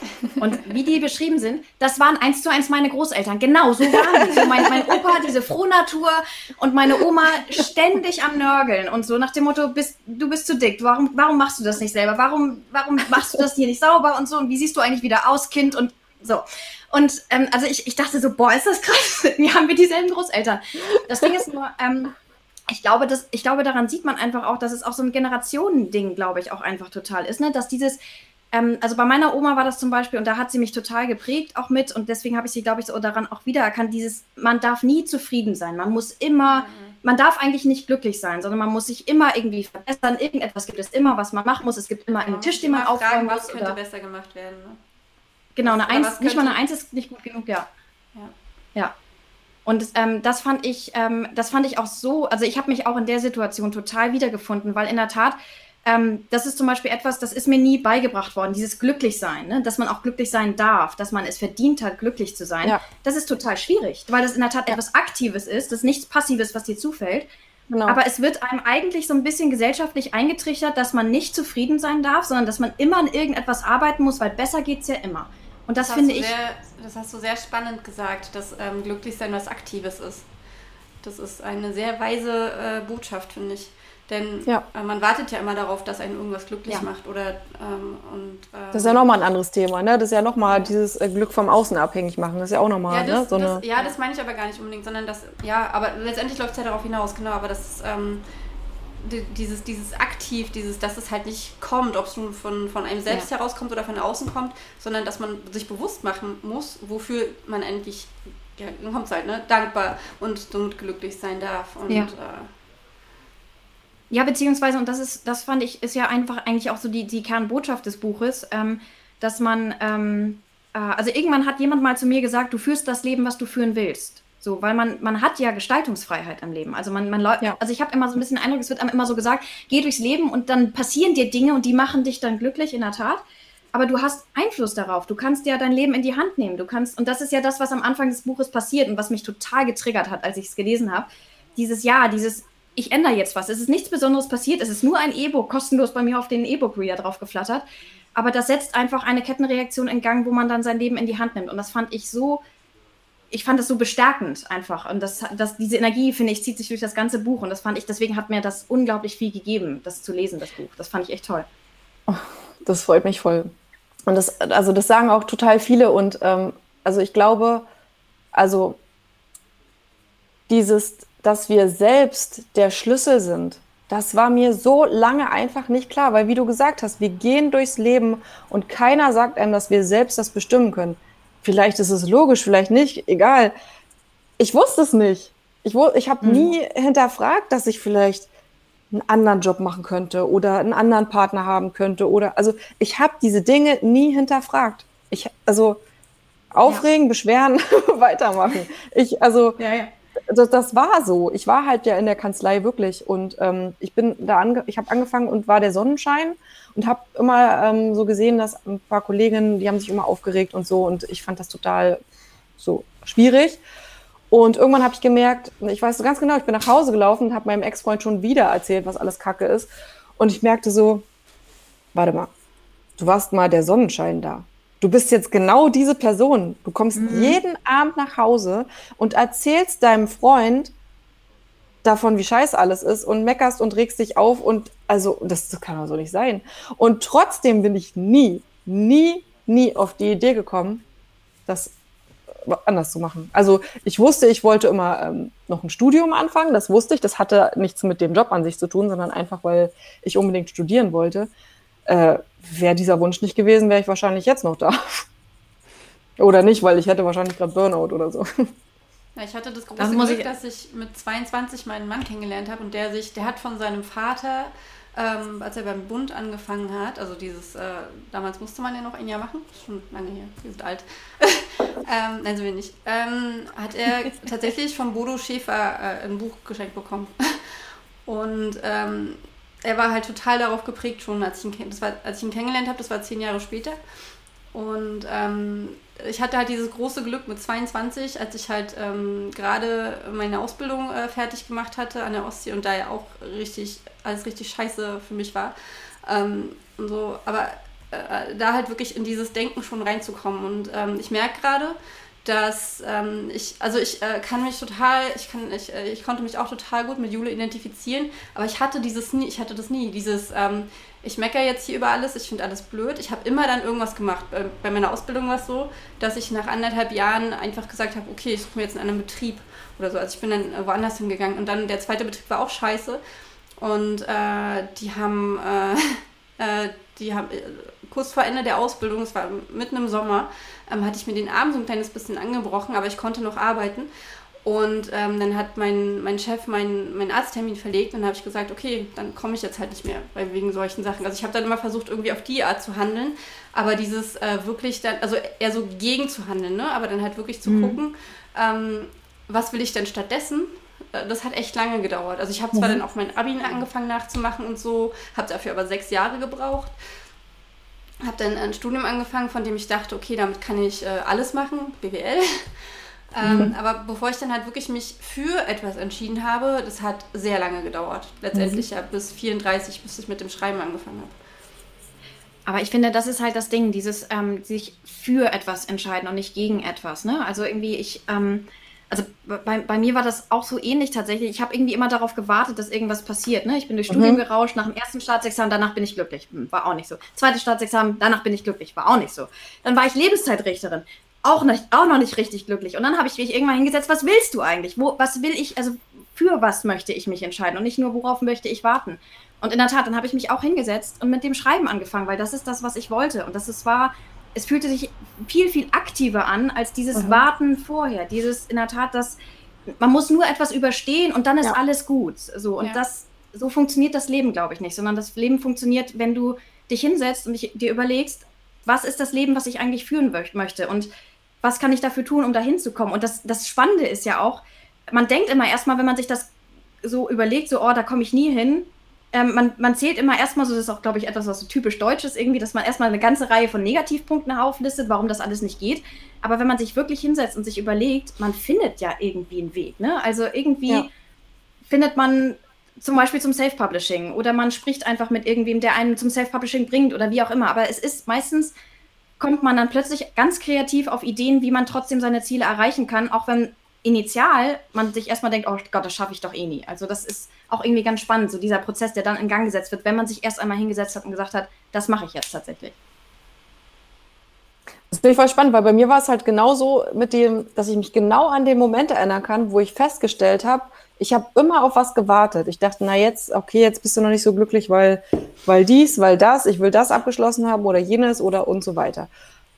Und wie die beschrieben sind, das waren eins zu eins meine Großeltern. Genau, so waren die. So mein, mein Opa, diese Frohnatur und meine Oma ständig am Nörgeln und so nach dem Motto, bist, du bist zu dick, warum, warum machst du das nicht selber? Warum, warum machst du das hier nicht sauber und so? Und wie siehst du eigentlich wieder aus, Kind? Und so. Und ähm, also ich, ich dachte so, boah, ist das krass. Wir haben wir dieselben Großeltern. Das Ding ist nur, ähm, ich glaube, das, ich glaube, daran sieht man einfach auch, dass es auch so ein Generationending, glaube ich, auch einfach total ist, ne? Dass dieses Ähm, also bei meiner Oma war das zum Beispiel, und da hat sie mich total geprägt auch mit, und deswegen habe ich sie, glaube ich, so daran auch wiedererkannt, dieses, man darf nie zufrieden sein, man muss immer, mhm. man darf eigentlich nicht glücklich sein, sondern man muss sich immer irgendwie verbessern, irgendetwas gibt es immer, was man machen muss, es gibt immer einen Tisch, den man aufräumen muss. Was könnte besser gemacht werden, ne? Genau, eine Eins, nicht mal eine Eins ist nicht gut genug, ja. Ja. Ja. Und ähm, das fand ich, ähm, das fand ich auch so, also ich habe mich auch in der Situation total wiedergefunden, weil in der Tat, Ähm, das ist zum Beispiel etwas, das ist mir nie beigebracht worden, dieses Glücklichsein, ne? Dass man auch glücklich sein darf, dass man es verdient hat, glücklich zu sein. Ja. Das ist total schwierig, weil das in der Tat ja. etwas Aktives ist, das ist nichts Passives, was dir zufällt. Genau. Aber es wird einem eigentlich so ein bisschen gesellschaftlich eingetrichtert, dass man nicht zufrieden sein darf, sondern dass man immer an irgendetwas arbeiten muss, weil besser geht es ja immer. Und das, das finde ich... Sehr, das hast du sehr spannend gesagt, dass ähm, Glücklichsein was Aktives ist. Das ist eine sehr weise äh, Botschaft, finde ich. Denn ja. äh, man wartet ja immer darauf, dass einen irgendwas glücklich ja. macht. Oder, ähm, und, ähm, das ist ja nochmal ein anderes Thema, ne? Das ist ja nochmal ja. dieses äh, Glück vom Außen abhängig machen. Das ist ja auch nochmal, ja, ne? So das, eine, ja, das meine ich aber gar nicht unbedingt, sondern das, ja, aber letztendlich läuft es ja darauf hinaus, genau, aber das ist, ähm, die, dieses, dieses aktiv, dieses, dass es halt nicht kommt, ob es nun von, von einem selbst ja. herauskommt oder von außen kommt, sondern dass man sich bewusst machen muss, wofür man eigentlich, ja, dann kommt es halt, ne? Dankbar und somit glücklich sein darf. Und, ja. äh, Ja, beziehungsweise, und das ist, das fand ich, ist ja einfach eigentlich auch so die, die Kernbotschaft des Buches, ähm, dass man, ähm, äh, also irgendwann hat jemand mal zu mir gesagt, du führst das Leben, was du führen willst. So, weil man, man hat ja Gestaltungsfreiheit im Leben. Also man, man ja. also ich habe immer so ein bisschen den Eindruck, es wird einem immer so gesagt, geh durchs Leben und dann passieren dir Dinge und die machen dich dann glücklich, in der Tat. Aber du hast Einfluss darauf. Du kannst ja dein Leben in die Hand nehmen. Du kannst, und das ist ja das, was am Anfang des Buches passiert und was mich total getriggert hat, als ich es gelesen habe. Dieses Ja, dieses ich ändere jetzt was. Es ist nichts Besonderes passiert. Es ist nur ein E-Book, kostenlos bei mir auf den E-Book-Reader drauf geflattert. aber das setzt einfach eine Kettenreaktion in Gang, wo man dann sein Leben in die Hand nimmt. Und das fand ich so, ich fand das so bestärkend einfach. Und das, das, diese Energie, finde ich, zieht sich durch das ganze Buch. Und das fand ich, deswegen hat mir das unglaublich viel gegeben, das zu lesen, das Buch. Das fand ich echt toll. Oh, das freut mich voll. Und das, also das sagen auch total viele. Und ähm, also ich glaube, also dieses, dass wir selbst der Schlüssel sind, das war mir so lange einfach nicht klar. Weil wie du gesagt hast, wir gehen durchs Leben und keiner sagt einem, dass wir selbst das bestimmen können. Vielleicht ist es logisch, vielleicht nicht, egal. Ich wusste es nicht. Ich, ich habe mhm. nie hinterfragt, dass ich vielleicht einen anderen Job machen könnte oder einen anderen Partner haben könnte. Oder, also ich habe diese Dinge nie hinterfragt. Ich, also aufregen, ja. beschweren, weitermachen. Ich, also ja, ja. Das, das war so. Ich war halt ja in der Kanzlei wirklich und ähm, ich bin da ange ich habe angefangen und war der Sonnenschein und habe immer ähm, so gesehen, dass ein paar Kolleginnen, die haben sich immer aufgeregt und so und ich fand das total so schwierig. Und irgendwann habe ich gemerkt, ich weiß so ganz genau, ich bin nach Hause gelaufen und habe meinem Ex-Freund schon wieder erzählt, was alles Kacke ist. Und ich merkte so, warte mal, du warst mal der Sonnenschein da. Du bist jetzt genau diese Person. Du kommst mhm. jeden Abend nach Hause und erzählst deinem Freund davon, wie scheiße alles ist und meckerst und regst dich auf. Und also, das, das kann doch so nicht sein. Und trotzdem bin ich nie, nie, nie auf die Idee gekommen, das anders zu machen. Also ich wusste, ich wollte immer ähm, noch ein Studium anfangen, das wusste ich, das hatte nichts mit dem Job an sich zu tun, sondern einfach, weil ich unbedingt studieren wollte. Äh, wäre dieser Wunsch nicht gewesen, wäre ich wahrscheinlich jetzt noch da. Oder nicht, weil ich hätte wahrscheinlich gerade Burnout oder so. Ja, ich hatte das große das Glück, ich dass ich mit zweiundzwanzig meinen Mann kennengelernt habe und der sich, der hat von seinem Vater, ähm, als er beim Bund angefangen hat, also dieses, äh, damals musste man ja noch ein Jahr machen, schon lange her, wir sind alt, ähm, nein, sind wir nicht, ähm, hat er tatsächlich von Bodo Schäfer äh, ein Buch geschenkt bekommen. Und ähm, er war halt total darauf geprägt schon, als ich ihn, das war, als ich ihn kennengelernt habe, das war zehn Jahre später. Und ähm, ich hatte halt dieses große Glück mit zweiundzwanzig, als ich halt ähm, gerade meine Ausbildung äh, fertig gemacht hatte an der Ostsee und da ja auch richtig, alles richtig scheiße für mich war. Ähm, und so, aber äh, da halt wirklich in dieses Denken schon reinzukommen. Und ähm, ich merke gerade, dass ähm, ich, also ich äh, kann mich total, ich kann, ich, äh, ich konnte mich auch total gut mit Jule identifizieren, aber ich hatte dieses nie, ich hatte das nie, dieses, ähm, ich meckere jetzt hier über alles, ich finde alles blöd. Ich habe immer dann irgendwas gemacht. Bei, bei meiner Ausbildung war es so, dass ich nach anderthalb Jahren einfach gesagt habe, okay, ich suche mir jetzt einen anderen Betrieb oder so. Also ich bin dann woanders hingegangen und dann der zweite Betrieb war auch scheiße und äh, die haben, äh, äh, die haben äh, kurz vor Ende der Ausbildung, es war mitten im Sommer, ähm, hatte ich mir den Arm so ein kleines bisschen angebrochen, aber ich konnte noch arbeiten. Und ähm, dann hat mein, mein Chef meinen mein Arzttermin verlegt und dann habe ich gesagt, okay, dann komme ich jetzt halt nicht mehr, weil wegen solchen Sachen. Also ich habe dann immer versucht, irgendwie auf die Art zu handeln, aber dieses äh, wirklich dann, also eher so gegen zu handeln, ne? Aber dann halt wirklich zu mhm. gucken, ähm, was will ich denn stattdessen? Äh, das hat echt lange gedauert. Also ich habe zwar mhm. dann auch mein Abi angefangen nachzumachen und so, habe dafür aber sechs Jahre gebraucht. Habe dann ein Studium angefangen, von dem ich dachte, okay, damit kann ich äh, alles machen, B W L. Ähm, mhm. Aber bevor ich dann halt wirklich mich für etwas entschieden habe, das hat sehr lange gedauert. Letztendlich mhm. ja bis vierunddreißig, bis ich mit dem Schreiben angefangen habe. Aber ich finde, das ist halt das Ding, dieses ähm, sich für etwas entscheiden und nicht gegen etwas. Ne? Also irgendwie, ich, ähm, also bei, bei mir war das auch so ähnlich tatsächlich. Ich habe irgendwie immer darauf gewartet, dass irgendwas passiert. Ne? Ich bin durchs mhm. Studium gerauscht, nach dem ersten Staatsexamen, danach bin ich glücklich. Hm, war auch nicht so. Zweites Staatsexamen, danach bin ich glücklich. War auch nicht so. Dann war ich Lebenszeitrichterin. Auch, nicht, auch noch nicht richtig glücklich. Und dann habe ich mich irgendwann hingesetzt, was willst du eigentlich? Wo, was will ich, also für was möchte ich mich entscheiden und nicht nur, worauf möchte ich warten? Und in der Tat, dann habe ich mich auch hingesetzt und mit dem Schreiben angefangen, weil das ist das, was ich wollte. Und das ist, war, es fühlte sich viel, viel aktiver an, als dieses mhm. Warten vorher. Dieses, in der Tat, das, man muss nur etwas überstehen und dann ist ja. alles gut. So, und ja. das, so funktioniert das Leben, glaube ich, nicht, sondern das Leben funktioniert, wenn du dich hinsetzt und dich, dir überlegst, was ist das Leben, was ich eigentlich führen möchte und was kann ich dafür tun, um da hinzukommen? Und das, das Spannende ist ja auch, man denkt immer erstmal, wenn man sich das so überlegt, so, oh, da komme ich nie hin, ähm, man, man zählt immer erstmal so, das ist auch, glaube ich, etwas, was so typisch deutsch ist irgendwie, dass man erstmal eine ganze Reihe von Negativpunkten auflistet, warum das alles nicht geht. Aber wenn man sich wirklich hinsetzt und sich überlegt, man findet ja irgendwie einen Weg, ne? Also irgendwie ja. findet man zum Beispiel zum Self-Publishing oder man spricht einfach mit irgendwem, der einen zum Self-Publishing bringt oder wie auch immer. Aber es ist meistens, kommt man dann plötzlich ganz kreativ auf Ideen, wie man trotzdem seine Ziele erreichen kann, auch wenn initial man sich erstmal denkt, oh Gott, das schaffe ich doch eh nie. Also das ist auch irgendwie ganz spannend, so dieser Prozess, der dann in Gang gesetzt wird, wenn man sich erst einmal hingesetzt hat und gesagt hat, das mache ich jetzt tatsächlich. Das finde ich voll spannend, weil bei mir war es halt genauso mit dem, dass ich mich genau an den Moment erinnern kann, wo ich festgestellt habe, ich habe immer auf was gewartet. Ich dachte, na jetzt, okay, jetzt bist du noch nicht so glücklich, weil, weil dies, weil das, ich will das abgeschlossen haben oder jenes oder und so weiter.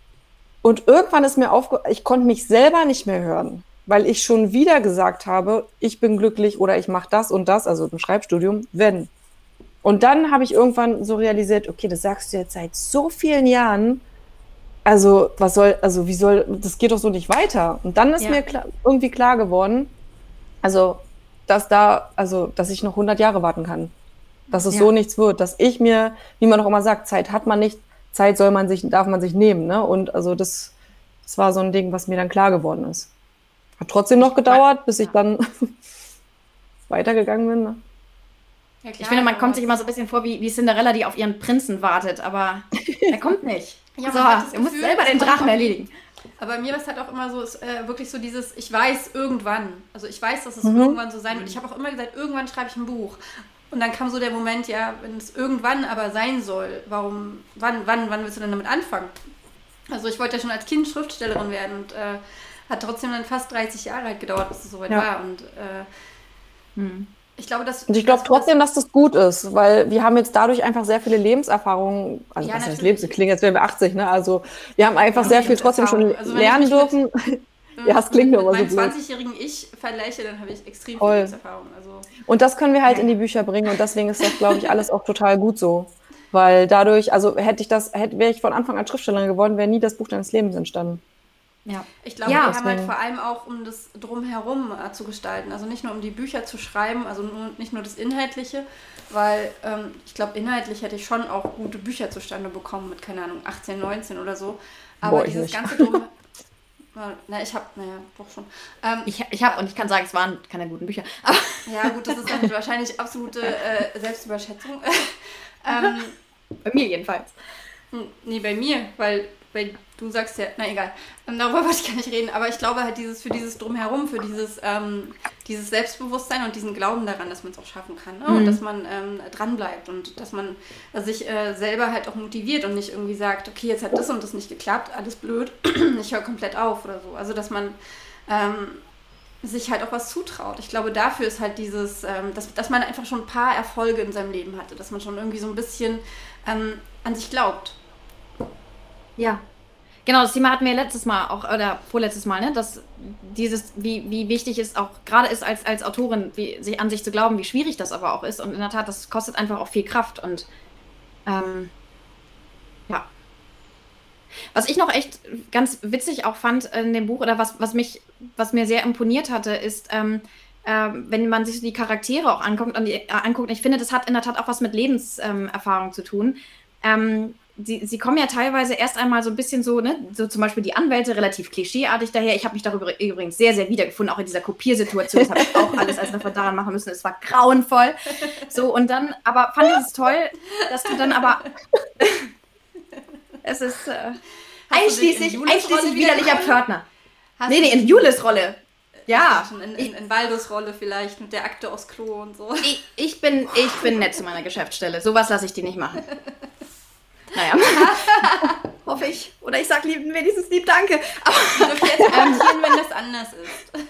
Und irgendwann ist mir aufgefallen, ich konnte mich selber nicht mehr hören, weil ich schon wieder gesagt habe, ich bin glücklich oder ich mache das und das, also im Schreibstudium, wenn. Und dann habe ich irgendwann so realisiert, okay, das sagst du jetzt seit so vielen Jahren, also was soll, also wie soll, das geht doch so nicht weiter. Und dann ist Ja. mir klar, irgendwie klar geworden, also dass da, also dass ich noch hundert Jahre warten kann, dass es Ja. so nichts wird, dass ich mir, wie man auch immer sagt, Zeit hat man nicht, Zeit soll man sich, darf man sich nehmen, ne? Und also das, das war so ein Ding, was mir dann klar geworden ist. Hat trotzdem noch gedauert, bis ich Ja. dann weitergegangen bin. Ne? Ja, klar, Ich finde, man aber kommt sich immer so ein bisschen vor wie, wie Cinderella, die auf ihren Prinzen wartet, aber er kommt nicht. Ja, so, man hat das er muss Gefühl, selber den es kommt Drachen auch- erledigen. Aber bei mir war es halt auch immer so, ist, äh, wirklich so dieses, ich weiß irgendwann. Also ich weiß, dass es Mhm. irgendwann so sein wird. Ich habe auch immer gesagt, irgendwann schreibe ich ein Buch. Und dann kam so der Moment, ja, wenn es irgendwann aber sein soll, warum, wann, wann, wann willst du denn damit anfangen? Also ich wollte ja schon als Kind Schriftstellerin werden und äh, hat trotzdem dann fast dreißig Jahre halt gedauert, bis es soweit Ja. war. Und äh, Hm. ich glaube, dass... Und ich glaube dass- trotzdem, dass das gut ist, weil wir haben jetzt dadurch einfach sehr viele Lebenserfahrungen, also Ja, was heißt natürlich. Lebens, das klingt, als wären wir achtzig, ne? Also wir haben einfach Ja, sehr viel trotzdem schon Lebenserfahrung. Also wenn ich lernen mich mit- dürfen. Ja, es klingt mit, nur mit immer so meinem blöd. zwanzigjährigen Ich vergleiche, dann habe ich extrem viel Voll. Lebenserfahrung. Also Und das können wir halt in die Bücher bringen und deswegen ist das, glaube ich, alles auch total gut so. Weil dadurch, also hätte ich das, hätte, wäre ich von Anfang an Schriftstellerin geworden, wäre nie das Buch deines Lebens entstanden. Ja. ich glaube, Ja, wir haben halt deswegen. vor allem auch, um das Drumherum äh, zu gestalten. Also nicht nur um die Bücher zu schreiben, also nur, nicht nur das Inhaltliche, weil ähm, ich glaube, inhaltlich hätte ich schon auch gute Bücher zustande bekommen mit, keine Ahnung, achtzehn, neunzehn oder so. Aber Boah, ich dieses nicht. ganze Drum... Na, ich habe, naja, doch schon. Ähm, Ich, ich habe, und ich kann sagen, es waren keine guten Bücher. Aber ja, gut, das ist dann wahrscheinlich absolute äh, Selbstüberschätzung. ähm, bei mir jedenfalls. Hm, Nee, bei mir, weil, weil du sagst ja, na egal, ähm, darüber wollte ich gar nicht reden, aber ich glaube halt dieses für dieses Drumherum, für dieses, ähm, dieses Selbstbewusstsein und diesen Glauben daran, dass man es auch schaffen kann, ne? Und Mhm. dass man ähm, dranbleibt und dass man äh, sich äh, selber halt auch motiviert und nicht irgendwie sagt, okay, jetzt hat das und das nicht geklappt, alles blöd, ich höre komplett auf oder so. Also dass man ähm, sich halt auch was zutraut. Ich glaube, dafür ist halt dieses, ähm, dass, dass man einfach schon ein paar Erfolge in seinem Leben hatte, dass man schon irgendwie so ein bisschen ähm, an sich glaubt. Ja. Genau, das Thema hatten wir letztes Mal auch, oder vorletztes Mal, ne? Dass dieses, wie, wie wichtig es auch gerade ist als, als Autorin, wie, sich an sich zu glauben, wie schwierig das aber auch ist. Und in der Tat, das kostet einfach auch viel Kraft. Und ähm, ja. Was ich noch echt ganz witzig auch fand in dem Buch, oder was, was mich, was mir sehr imponiert hatte, ist, ähm, ähm, wenn man sich so die Charaktere auch anguckt, und die, äh, anguckt, ich finde, das hat in der Tat auch was mit Lebenserfahrung ähm, zu tun. Ähm, Sie, sie kommen ja teilweise erst einmal so ein bisschen so, ne, so zum Beispiel die Anwälte relativ klischeeartig daher. Ich habe mich darüber übrigens sehr, sehr wiedergefunden, auch in dieser Kopiersituation. Das habe ich auch alles als Referendarin machen müssen. Es war grauenvoll. So, und dann, aber fand ich es toll, dass du dann aber, es ist äh, Hast du dich in einschließlich, Julis einschließlich Rolle widerlicher wiedergefunden? Pförtner. Hast Nee, du nee, in dich- Julis Rolle. Ja, Ich schon in, in, in Waldos Rolle vielleicht mit der Akte aus Klo und so. ich, ich, bin, ich bin nett zu meiner Geschäftsstelle. Sowas lasse ich die nicht machen. Naja. Hoffe ich. Oder ich sage lieb, wenigstens lieb Danke. Aber Du dürft jetzt kommentieren, wenn das anders ist.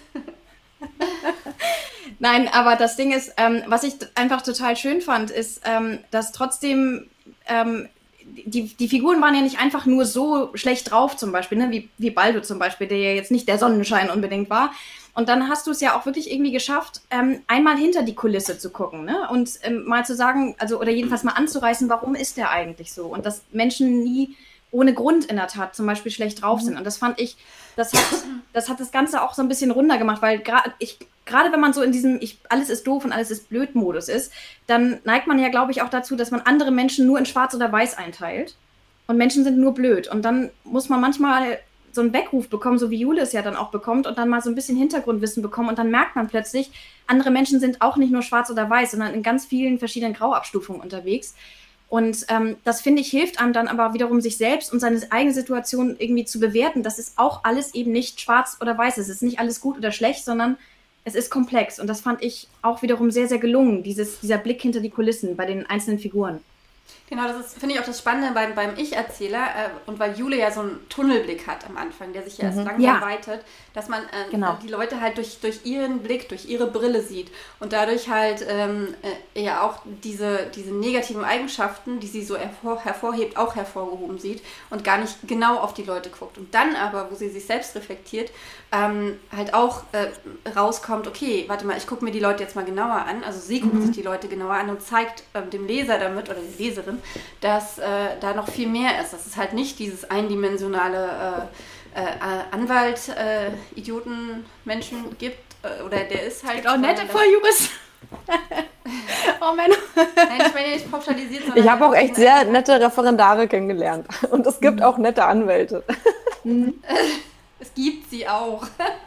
nein, aber das Ding ist, ähm, was ich t- einfach total schön fand, ist, ähm, dass trotzdem ähm, die, die Figuren waren ja nicht einfach nur so schlecht drauf zum Beispiel, ne? wie, wie Baldo zum Beispiel, der ja jetzt nicht der Sonnenschein unbedingt war. Und dann hast du es ja auch wirklich irgendwie geschafft, ähm, einmal hinter die Kulisse zu gucken, ne? Und ähm, mal zu sagen, also oder jedenfalls mal anzureißen, warum ist der eigentlich so? Und dass Menschen nie ohne Grund in der Tat zum Beispiel schlecht drauf sind. Und das fand ich, das hat das, hat das Ganze auch so ein bisschen runder gemacht, weil gerade ich gerade wenn man so in diesem ich, alles ist doof und alles ist blöd Modus ist, dann neigt man ja, glaube ich, auch dazu, dass man andere Menschen nur in schwarz oder weiß einteilt. Und Menschen sind nur blöd. Und dann muss man manchmal so einen Weckruf bekommen, so wie Jule es ja dann auch bekommt und dann mal so ein bisschen Hintergrundwissen bekommen und dann merkt man plötzlich, andere Menschen sind auch nicht nur schwarz oder weiß, sondern in ganz vielen verschiedenen Grauabstufungen unterwegs. Und ähm, das, finde ich, hilft einem dann aber wiederum, sich selbst und seine eigene Situation irgendwie zu bewerten. Das ist auch alles eben nicht schwarz oder weiß. Es ist nicht alles gut oder schlecht, sondern es ist komplex. Und das fand ich auch wiederum sehr, sehr gelungen, dieses, dieser Blick hinter die Kulissen bei den einzelnen Figuren. Genau, das ist, finde ich, auch das Spannende beim, beim Ich-Erzähler äh, und weil Jule ja so einen Tunnelblick hat am Anfang, der sich ja erst mhm. langsam ja. weitet, dass man äh, genau. die Leute halt durch, durch ihren Blick, durch ihre Brille sieht und dadurch halt ähm, äh, ja auch diese, diese negativen Eigenschaften, die sie so hervor, hervorhebt, auch hervorgehoben sieht und gar nicht genau auf die Leute guckt. Und dann aber, wo sie sich selbst reflektiert, ähm, halt auch äh, rauskommt, okay, warte mal, ich gucke mir die Leute jetzt mal genauer an, also sie guckt mhm. sich die Leute genauer an und zeigt ähm, dem Leser damit oder der Leserin, dass äh, da noch viel mehr ist. Dass es halt nicht dieses eindimensionale äh, äh, Anwalt, äh, Idioten, Menschen gibt. Äh, oder der ist halt... Auch nette Volljuristen. Oh Mann. Nein, ich meine nicht pauschalisiert, sondern... Ich habe auch echt sehr nette Referendare kennengelernt. Und es gibt mhm. auch nette Anwälte. Es gibt sie auch.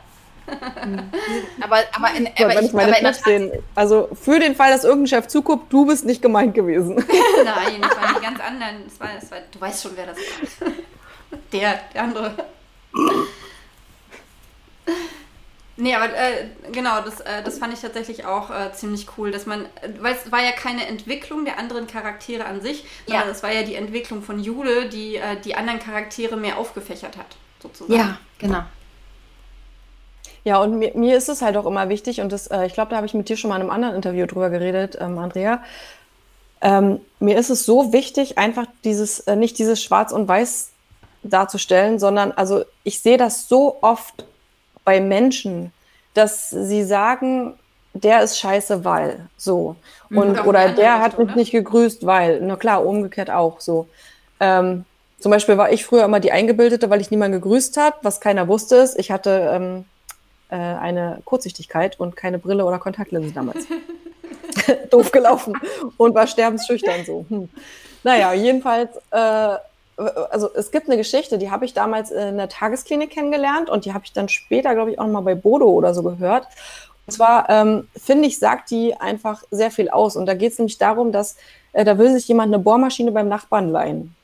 aber aber, in, so, aber wenn ich meine aber Tipps den, also für den Fall, dass irgendein Chef zuguckt, du bist nicht gemeint gewesen. Nein, das waren die ganz anderen. Das war, das war, du weißt schon, wer das war. Der, der andere. Nee, aber äh, genau, das, äh, das fand ich tatsächlich auch äh, ziemlich cool, dass man, weil es war ja keine Entwicklung der anderen Charaktere an sich, sondern es ja. war ja die Entwicklung von Jule, die äh, die anderen Charaktere mehr aufgefächert hat, sozusagen. Ja, genau. Ja, und mir, mir ist es halt auch immer wichtig, und das, äh, ich glaube, da habe ich mit dir schon mal in einem anderen Interview drüber geredet, ähm, Andrea. Ähm, mir ist es so wichtig, einfach dieses, äh, nicht dieses Schwarz und Weiß darzustellen, sondern also ich sehe das so oft bei Menschen, dass sie sagen, der ist scheiße, weil so. Und, oder oder der hat mich nicht gegrüßt, weil. Na klar, umgekehrt auch so. Ähm, zum Beispiel war ich früher immer die Eingebildete, weil ich niemanden gegrüßt habe, was keiner wusste ist. Ich hatte ähm, äh, eine Kurzsichtigkeit und keine Brille oder Kontaktlinse damals. Doof gelaufen und war sterbensschüchtern so. Hm. Naja, jedenfalls, äh, also es gibt eine Geschichte, die habe ich damals in der Tagesklinik kennengelernt und die habe ich dann später, glaube ich, auch noch mal bei Bodo oder so gehört. Und zwar, ähm, finde ich, sagt die einfach sehr viel aus. Und da geht es nämlich darum, dass äh, da will sich jemand eine Bohrmaschine beim Nachbarn leihen.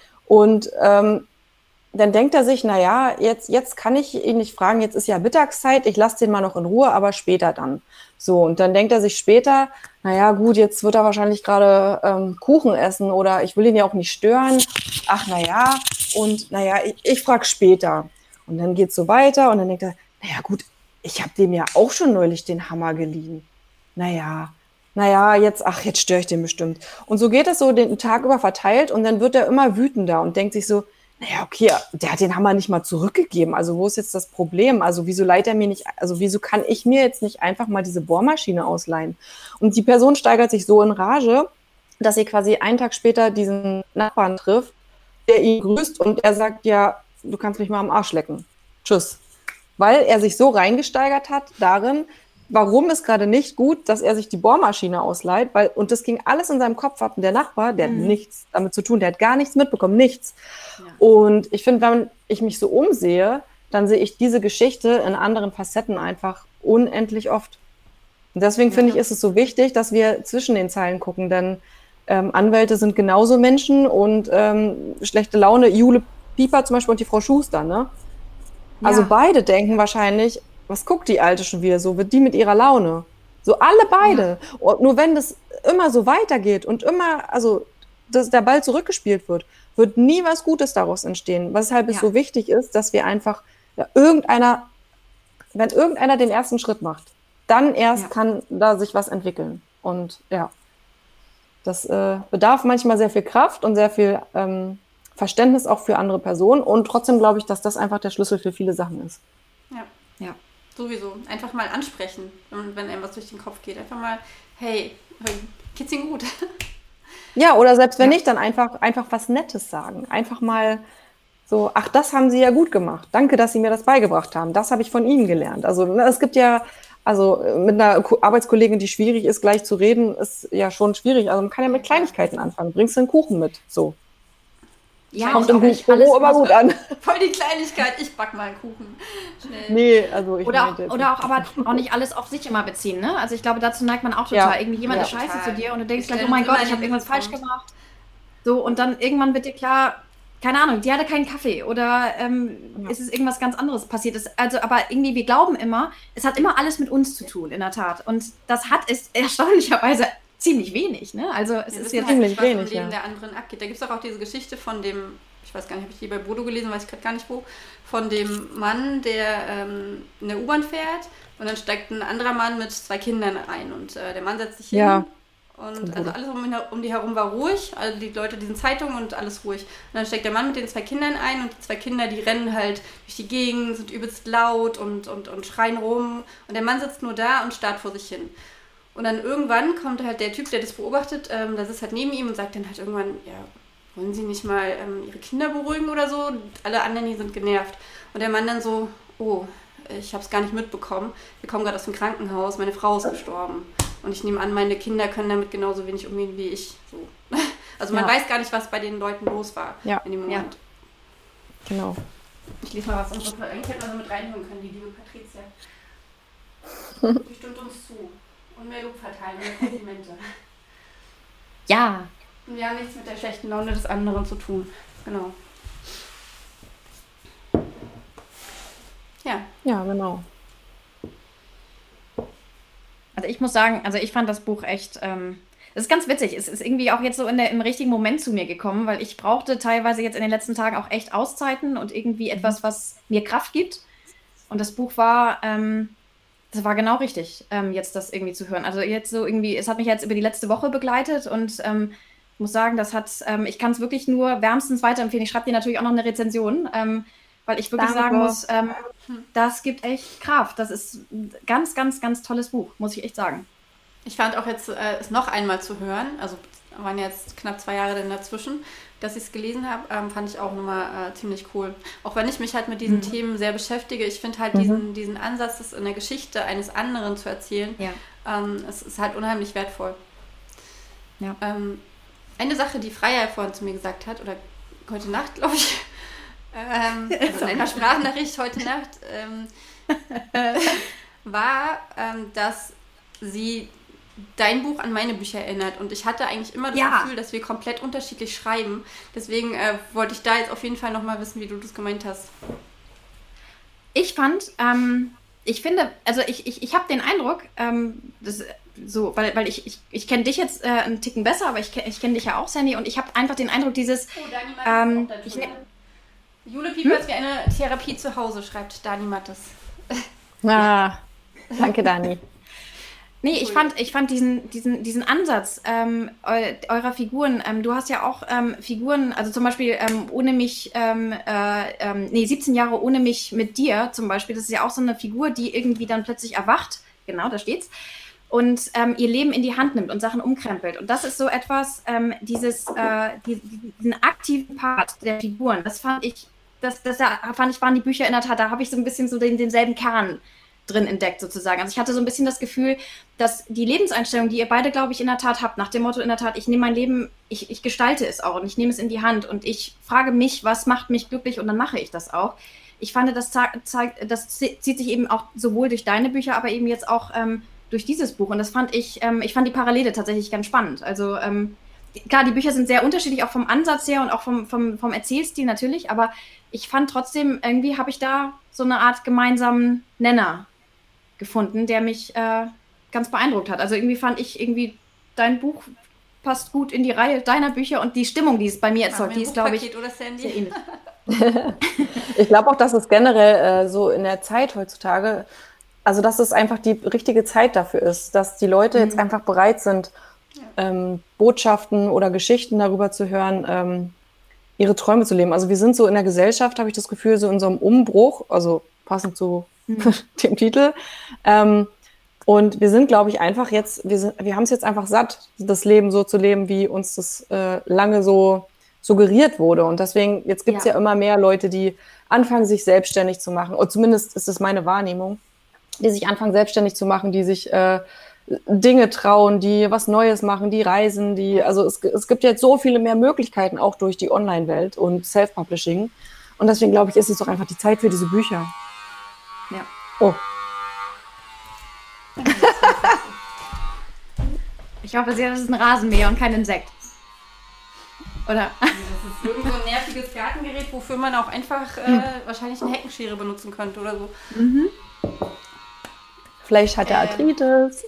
Und ähm, dann denkt er sich, naja, jetzt, jetzt kann ich ihn nicht fragen, jetzt ist ja Mittagszeit, ich lasse den mal noch in Ruhe, aber später dann. So, und dann denkt er sich später, naja gut, jetzt wird er wahrscheinlich gerade ähm, Kuchen essen oder ich will ihn ja auch nicht stören. Ach naja, und naja, ich, ich frage später. Und dann geht's so weiter und dann denkt er, naja gut, ich habe dem ja auch schon neulich den Hammer geliehen. Naja, naja, jetzt, ach, jetzt störe ich den bestimmt. Und so geht es so den Tag über verteilt und dann wird er immer wütender und denkt sich so, naja, okay, der hat den Hammer nicht mal zurückgegeben. Also wo ist jetzt das Problem? Also wieso leiht er mir nicht, also wieso kann ich mir jetzt nicht einfach mal diese Bohrmaschine ausleihen? Und die Person steigert sich so in Rage, dass sie quasi einen Tag später diesen Nachbarn trifft, der ihn grüßt und er sagt, ja, du kannst mich mal am Arsch lecken. Tschüss. Weil er sich so reingesteigert hat darin, warum ist gerade nicht gut, dass er sich die Bohrmaschine ausleiht, weil, und das ging alles in seinem Kopf ab und der Nachbar, der mhm. hat nichts damit zu tun, der hat gar nichts mitbekommen, nichts. Ja. Und ich finde, wenn ich mich so umsehe, dann sehe ich diese Geschichte in anderen Facetten einfach unendlich oft. Und deswegen ja. finde ich, ist es so wichtig, dass wir zwischen den Zeilen gucken, denn ähm, Anwälte sind genauso Menschen und ähm, schlechte Laune, Jule Pieper zum Beispiel und die Frau Schuster, ne? Ja. Also beide denken wahrscheinlich, was guckt die Alte schon wieder so? Wird die mit ihrer Laune? So alle beide. Ja. Und nur wenn das immer so weitergeht und immer, also dass der Ball zurückgespielt wird, wird nie was Gutes daraus entstehen. Weshalb ja. es so wichtig ist, dass wir einfach ja, irgendeiner, wenn irgendeiner den ersten Schritt macht, dann erst ja. kann da sich was entwickeln. Und ja, das äh, bedarf manchmal sehr viel Kraft und sehr viel ähm, Verständnis auch für andere Personen. Und trotzdem glaube ich, dass das einfach der Schlüssel für viele Sachen ist. Ja, ja. Sowieso. Einfach mal ansprechen, wenn, wenn einem was durch den Kopf geht. Einfach mal, hey, geht's Ihnen gut? Ja, oder selbst wenn ja. nicht, dann einfach, einfach was Nettes sagen. Einfach mal so, ach, das haben Sie ja gut gemacht. Danke, dass Sie mir das beigebracht haben. Das habe ich von Ihnen gelernt. Also es gibt ja, also mit einer Arbeitskollegin, die schwierig ist, gleich zu reden, ist ja schon schwierig. Also man kann ja mit Kleinigkeiten anfangen. Bringst du einen Kuchen mit? So. Ja, kommt im Büro immer gut an. Voll die Kleinigkeit, ich back mal einen Kuchen. Schnell. Nee, also ich Oder, auch, oder auch aber auch nicht alles auf sich immer beziehen, ne? Also ich glaube, dazu neigt man auch total. Ja. Irgendwie jemand Ja, ist scheiße total. zu dir und du denkst Ich gleich, oh stell mein immer Gott, ich in habe den irgendwas falsch Mittelpunkt. gemacht. So, und dann irgendwann wird dir klar, keine Ahnung, die hatte keinen Kaffee oder ähm, Ja. ist es irgendwas ganz anderes passiert. Es, also, aber irgendwie, wir glauben immer, es hat immer alles mit uns zu tun, in der Tat. Und das hat es erstaunlicherweise ziemlich wenig, ne? Also es Wir ist wissen jetzt... halt nicht, ziemlich was im wenig, Leben ja. der anderen abgeht. Da gibt es auch, auch diese Geschichte von dem, ich weiß gar nicht, habe ich die bei Bodo gelesen, weiß ich gerade gar nicht wo, von dem Mann, der ähm, in der U-Bahn fährt und dann steigt ein anderer Mann mit zwei Kindern ein und äh, der Mann setzt sich hin Ja. und also alles um, ihn, um die herum war ruhig, also die Leute lesen Zeitungen und alles ruhig. Und dann steigt der Mann mit den zwei Kindern ein und die zwei Kinder, die rennen halt durch die Gegend, sind übelst laut und, und, und schreien rum und der Mann sitzt nur da und starrt vor sich hin. Und dann irgendwann kommt halt der Typ, der das beobachtet, ähm, der sitzt halt neben ihm und sagt dann halt irgendwann, ja, wollen Sie nicht mal ähm, Ihre Kinder beruhigen oder so? Alle anderen hier sind genervt. Und der Mann dann so, oh, ich habe es gar nicht mitbekommen. Wir kommen gerade aus dem Krankenhaus, meine Frau ist gestorben. Und ich nehme an, meine Kinder können damit genauso wenig umgehen wie ich. So. Also man Ja. weiß gar nicht, was bei den Leuten los war Ja. in dem Moment. Genau. Ich lese mal, was unsere Enkelin so mit reinhören können, die liebe Patricia. Die stimmt uns zu. Und mehr Lob verteilen, mehr Komplimente. Ja, Und wir haben nichts mit der schlechten Laune des anderen zu tun. Genau. Ja. Ja, genau. also ich muss sagen, also ich fand das Buch echt, ähm, das ist ganz witzig. Es ist irgendwie auch jetzt so in der, im richtigen Moment zu mir gekommen, weil ich brauchte teilweise jetzt in den letzten Tagen auch echt Auszeiten und irgendwie etwas, was mir Kraft gibt. Und das Buch war, ähm, das war genau richtig, ähm, jetzt das irgendwie zu hören. Also jetzt so irgendwie, es hat mich jetzt über die letzte Woche begleitet und ähm, ich muss sagen, das hat, ähm, ich kann es wirklich nur wärmstens weiterempfehlen. Ich schreibe dir natürlich auch noch eine Rezension, ähm, weil ich wirklich Danke. sagen muss, ähm, das gibt echt Kraft. Das ist ein ganz, ganz, ganz tolles Buch, muss ich echt sagen. Ich fand auch jetzt, äh, es noch einmal zu hören, also waren jetzt knapp zwei Jahre denn dazwischen, dass ich es gelesen habe, ähm, fand ich auch nochmal äh, ziemlich cool. Auch wenn ich mich halt mit diesen Mhm. Themen sehr beschäftige, ich finde halt Mhm. diesen, diesen Ansatz, das in der Geschichte eines anderen zu erzählen, Ja. ähm, es ist halt unheimlich wertvoll. Ja. Ähm, eine Sache, die Freya vorhin zu mir gesagt hat, oder heute Nacht, glaube ich, ähm, also in einer Sprachnachricht heute Nacht, ähm, war, ähm, dass sie dein Buch an meine Bücher erinnert. Und ich hatte eigentlich immer das Ja. Gefühl, dass wir komplett unterschiedlich schreiben. Deswegen äh, wollte ich da jetzt auf jeden Fall nochmal wissen, wie du das gemeint hast. Ich fand, ähm, ich finde, also ich, ich, ich habe den Eindruck, ähm, das, so, weil, weil ich, ich, ich kenne dich jetzt äh, einen Ticken besser, aber ich, ke- ich kenne dich ja auch, Sandy, und ich habe einfach den Eindruck, dieses, Oh, Dani Mattes Ähm, ist auch ich da drin. ne- Jule Pieper ist wie eine Therapie zu Hause, schreibt Dani Mattes. Ah, danke, Dani. nee, ich fand, ich fand diesen, diesen, diesen Ansatz ähm, eu, eurer Figuren, ähm, du hast ja auch ähm, Figuren, also zum Beispiel ähm, ohne mich, ähm, äh, ähm, nee, siebzehn Jahre ohne mich mit dir zum Beispiel, das ist ja auch so eine Figur, die irgendwie dann plötzlich erwacht, genau, da steht's, und ähm, ihr Leben in die Hand nimmt und Sachen umkrempelt. Und das ist so etwas, ähm, dieses, äh, die, diesen aktiven Part der Figuren, das fand ich, das, das ja, fand ich, waren die Bücher in der Tat, da habe ich so ein bisschen so den, denselben Kern drin entdeckt sozusagen. Also ich hatte so ein bisschen das Gefühl, dass die Lebenseinstellung, die ihr beide, glaube ich, in der Tat habt, nach dem Motto in der Tat, ich nehme mein Leben, ich, ich gestalte es auch und ich nehme es in die Hand und ich frage mich, was macht mich glücklich und dann mache ich das auch. Ich fand, das zeigt, das zieht sich eben auch sowohl durch deine Bücher, aber eben jetzt auch ähm, durch dieses Buch. Und das fand ich, ähm, ich fand die Parallele tatsächlich ganz spannend. Also ähm, klar, die Bücher sind sehr unterschiedlich, auch vom Ansatz her und auch vom, vom, vom Erzählstil natürlich, aber ich fand trotzdem, irgendwie habe ich da so eine Art gemeinsamen Nenner gefunden, der mich äh, ganz beeindruckt hat. Also irgendwie fand ich irgendwie, dein Buch passt gut in die Reihe deiner Bücher und die Stimmung, die es bei mir erzeugt, die ist, glaube ich, oder Sandy? sehr ähnlich. Ich glaube auch, dass es generell äh, so in der Zeit heutzutage, also dass es einfach die richtige Zeit dafür ist, dass die Leute Mhm. jetzt einfach bereit sind, ähm, Botschaften oder Geschichten darüber zu hören, ähm, ihre Träume zu leben. Also wir sind so in der Gesellschaft, habe ich das Gefühl, so in so einem Umbruch, also passend zu Mhm. dem Titel. Ähm, und wir sind, glaube ich, einfach jetzt, wir, sind, wir haben es jetzt einfach satt, das Leben so zu leben, wie uns das äh, lange so suggeriert wurde. Und deswegen, jetzt gibt es ja. Ja. immer mehr Leute, die anfangen, sich selbstständig zu machen. Oder zumindest ist es meine Wahrnehmung, die sich anfangen, selbstständig zu machen, die sich äh, Dinge trauen, die was Neues machen, die reisen, die, also es, es gibt jetzt so viele mehr Möglichkeiten auch durch die Online-Welt und Self-Publishing. Und deswegen glaube ich, ist es doch einfach die Zeit für diese Bücher. Ja. Oh. Ich hoffe sehr, das ist ein Rasenmäher und kein Insekt. Oder? Das ist irgend so ein nerviges Gartengerät, wofür man auch einfach äh, wahrscheinlich eine Heckenschere benutzen könnte oder so. Mhm. Vielleicht hat er Arthritis.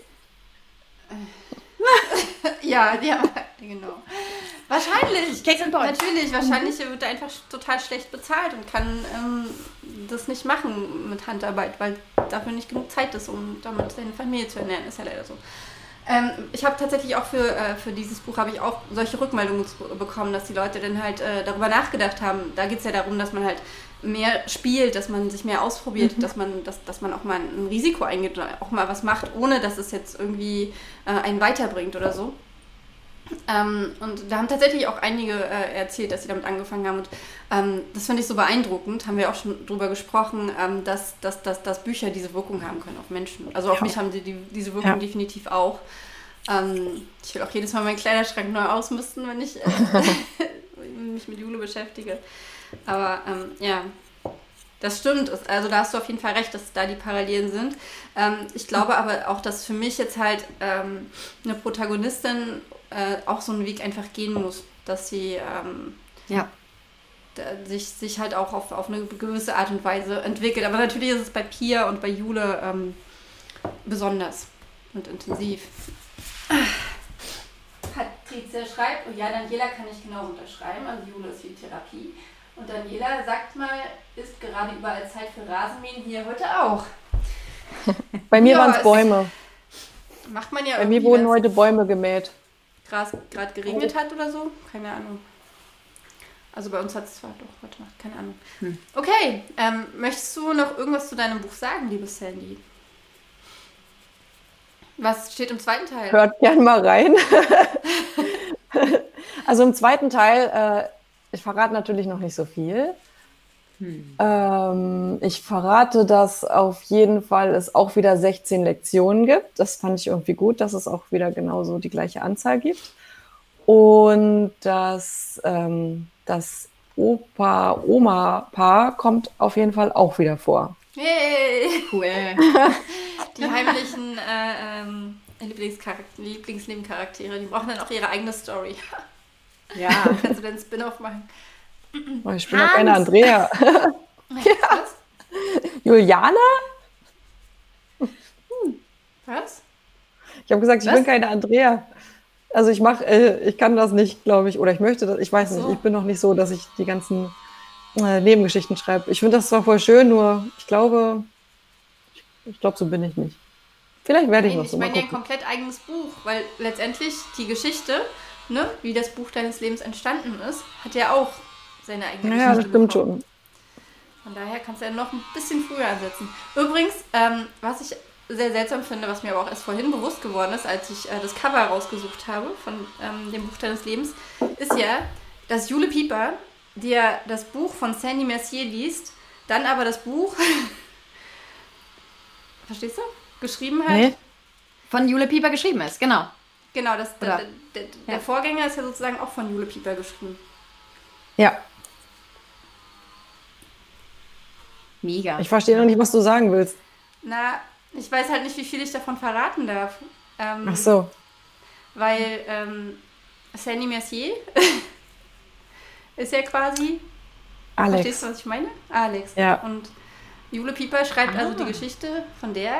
Ja, ja, genau. Wahrscheinlich. Keks and Boys. Natürlich, wahrscheinlich wird er einfach total schlecht bezahlt und kann ähm, das nicht machen mit Handarbeit, weil dafür nicht genug Zeit ist, um damit seine Familie zu ernähren. Ist ja leider so. Ähm, ich habe tatsächlich auch für, äh, für dieses Buch habe ich auch solche Rückmeldungen bekommen, dass die Leute dann halt äh, darüber nachgedacht haben. Da geht es ja darum, dass man halt mehr spielt, dass man sich mehr ausprobiert, mhm. dass man, dass, dass man auch mal ein Risiko eingeht oder auch mal was macht, ohne dass es jetzt irgendwie äh, einen weiterbringt oder so. Ähm, und da haben tatsächlich auch einige äh, erzählt, dass sie damit angefangen haben. Und ähm, das finde ich so beeindruckend, haben wir auch schon drüber gesprochen, ähm, dass, dass, dass, dass Bücher diese Wirkung haben können auf Menschen. Also auf ja. mich haben sie die, diese Wirkung ja. definitiv auch. Ähm, ich will auch jedes Mal meinen Kleiderschrank neu ausmisten, wenn ich äh, mich mit Jule beschäftige. Aber ähm, ja, das stimmt. Also da hast du auf jeden Fall recht, dass da die Parallelen sind. Ähm, ich glaube aber auch, dass für mich jetzt halt ähm, eine Protagonistin äh, auch so einen Weg einfach gehen muss, dass sie ähm, ja. da, sich, sich halt auch auf, auf eine gewisse Art und Weise entwickelt. Aber natürlich ist es bei Pia und bei Jule ähm, besonders und intensiv. Patricia schreibt, und ja, Daniela kann ich genau unterschreiben, also Jule ist wie Therapie. Und Daniela sagt mal, ist gerade überall Zeit für Rasenmähen, hier heute auch. Bei mir ja, waren es Bäume. Macht man ja Bei mir wurden heute Bäume gemäht. Gras gerade geregnet hat oder so, keine Ahnung. Also bei uns hat es zwar doch heute Nacht, keine Ahnung. Hm. Okay, ähm, möchtest du noch irgendwas zu deinem Buch sagen, liebe Sandy? Was steht im zweiten Teil? Hört gern mal rein. Also im zweiten Teil, äh, ich verrate natürlich noch nicht so viel. Hm. Ähm, ich verrate, dass auf jeden Fall es auch wieder sechzehn Lektionen gibt. Das fand ich irgendwie gut, dass es auch wieder genauso die gleiche Anzahl gibt. Und dass ähm, das Opa-Oma-Paar kommt auf jeden Fall auch wieder vor. Hey! Cool. Die heimlichen äh, ähm, Lieblingscharakter- Lieblingsnebencharaktere, die brauchen dann auch ihre eigene Story. Ja. Kannst du dann Spin-off machen? Oh, ich bin doch keine Andrea. Ja. Juliana? Hm. Was? Ich habe gesagt, ich Was? bin keine Andrea. Also ich mache, äh, ich kann das nicht, glaube ich, oder ich möchte das, ich weiß so. nicht, ich bin noch nicht so, dass ich die ganzen äh, Nebengeschichten schreibe. Ich finde das zwar voll schön, nur ich glaube, ich, ich glaube, so bin ich nicht. Vielleicht werde ich Nein, noch so. Ich meine ja ein komplett eigenes Buch, weil letztendlich die Geschichte, ne, wie das Buch deines Lebens entstanden ist, hat ja auch seine eigene ja, Geschichte. Ja, das stimmt bekommen. schon. Von daher kannst du ja noch ein bisschen früher ansetzen. Übrigens, ähm, was ich sehr seltsam finde, was mir aber auch erst vorhin bewusst geworden ist, als ich äh, das Cover rausgesucht habe von ähm, dem Buch deines Lebens, ist ja, dass Jule Pieper, die ja das Buch von Sandy Mercier liest, dann aber das Buch, verstehst du, geschrieben hat. Nee. Von Jule Pieper geschrieben ist, genau. Genau, das, der, der, der, ja. der Vorgänger ist ja sozusagen auch von Jule Pieper geschrieben. Ja. Mega. Ich verstehe noch nicht, was du sagen willst. Na, ich weiß halt nicht, wie viel ich davon verraten darf. Ähm, Ach so. Weil ähm, Sandy Mercier ist ja quasi... Alex. Verstehst du, was ich meine? Alex. Ja. Und Jule Pieper schreibt ah. also die Geschichte von der...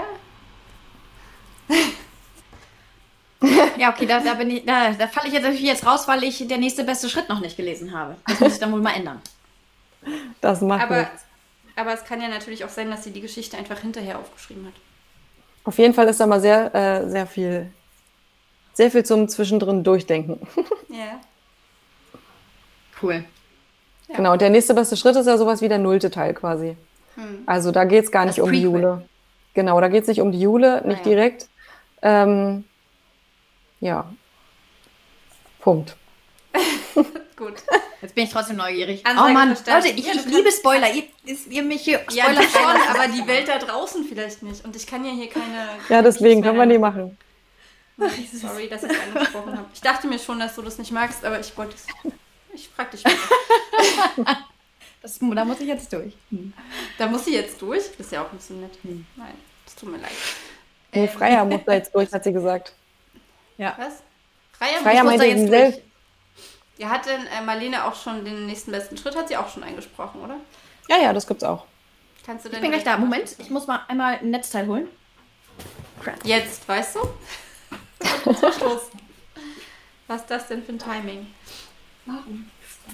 Ja, okay, da, da, bin ich, da, da falle ich jetzt natürlich jetzt raus, weil ich der nächste beste Schritt noch nicht gelesen habe. Das muss ich dann wohl mal ändern. Das macht aber, nichts. Aber es kann ja natürlich auch sein, dass sie die Geschichte einfach hinterher aufgeschrieben hat. Auf jeden Fall ist da mal sehr, äh, sehr viel, sehr viel zum Zwischendrin Durchdenken. Ja. Cool. Ja. Genau, und der nächste beste Schritt ist ja sowas wie der nullte Teil quasi. Hm. Also da geht es gar nicht das um Prequel. die Jule. Genau, da geht es nicht um die Jule, nicht ah, ja. direkt. Ähm, ja. Punkt. Gut. Jetzt bin ich trotzdem neugierig. Ansage oh Mann, verstanden. Leute, ich, ich liebe Spoiler. Ihr, ihr mich hier ja, Spoiler schon, aber die Welt da draußen vielleicht nicht. Und ich kann ja hier keine... Ja, deswegen können wir die machen. Sorry, dass ich es angesprochen habe. Ich dachte mir schon, dass du das nicht magst, aber ich wollte es. Ich frag dich mal. Das, da muss ich jetzt durch. Hm. Da muss sie jetzt durch? Das ist ja auch nicht so nett. Hm. Nein, das tut mir leid. Nee, Freya muss da jetzt durch, hat sie gesagt. Ja. Was? Freya, Freya muss da jetzt durch. Ja, hat denn äh, Marlene auch schon den nächsten besten Schritt, hat sie auch schon eingesprochen, oder? Ja, ja, das gibt's auch. Kannst du denn ich bin gleich da. Moment, ich muss mal einmal ein Netzteil holen. Crap. Jetzt, weißt du? Zum Schluss. Was ist das denn für ein Timing? Warum?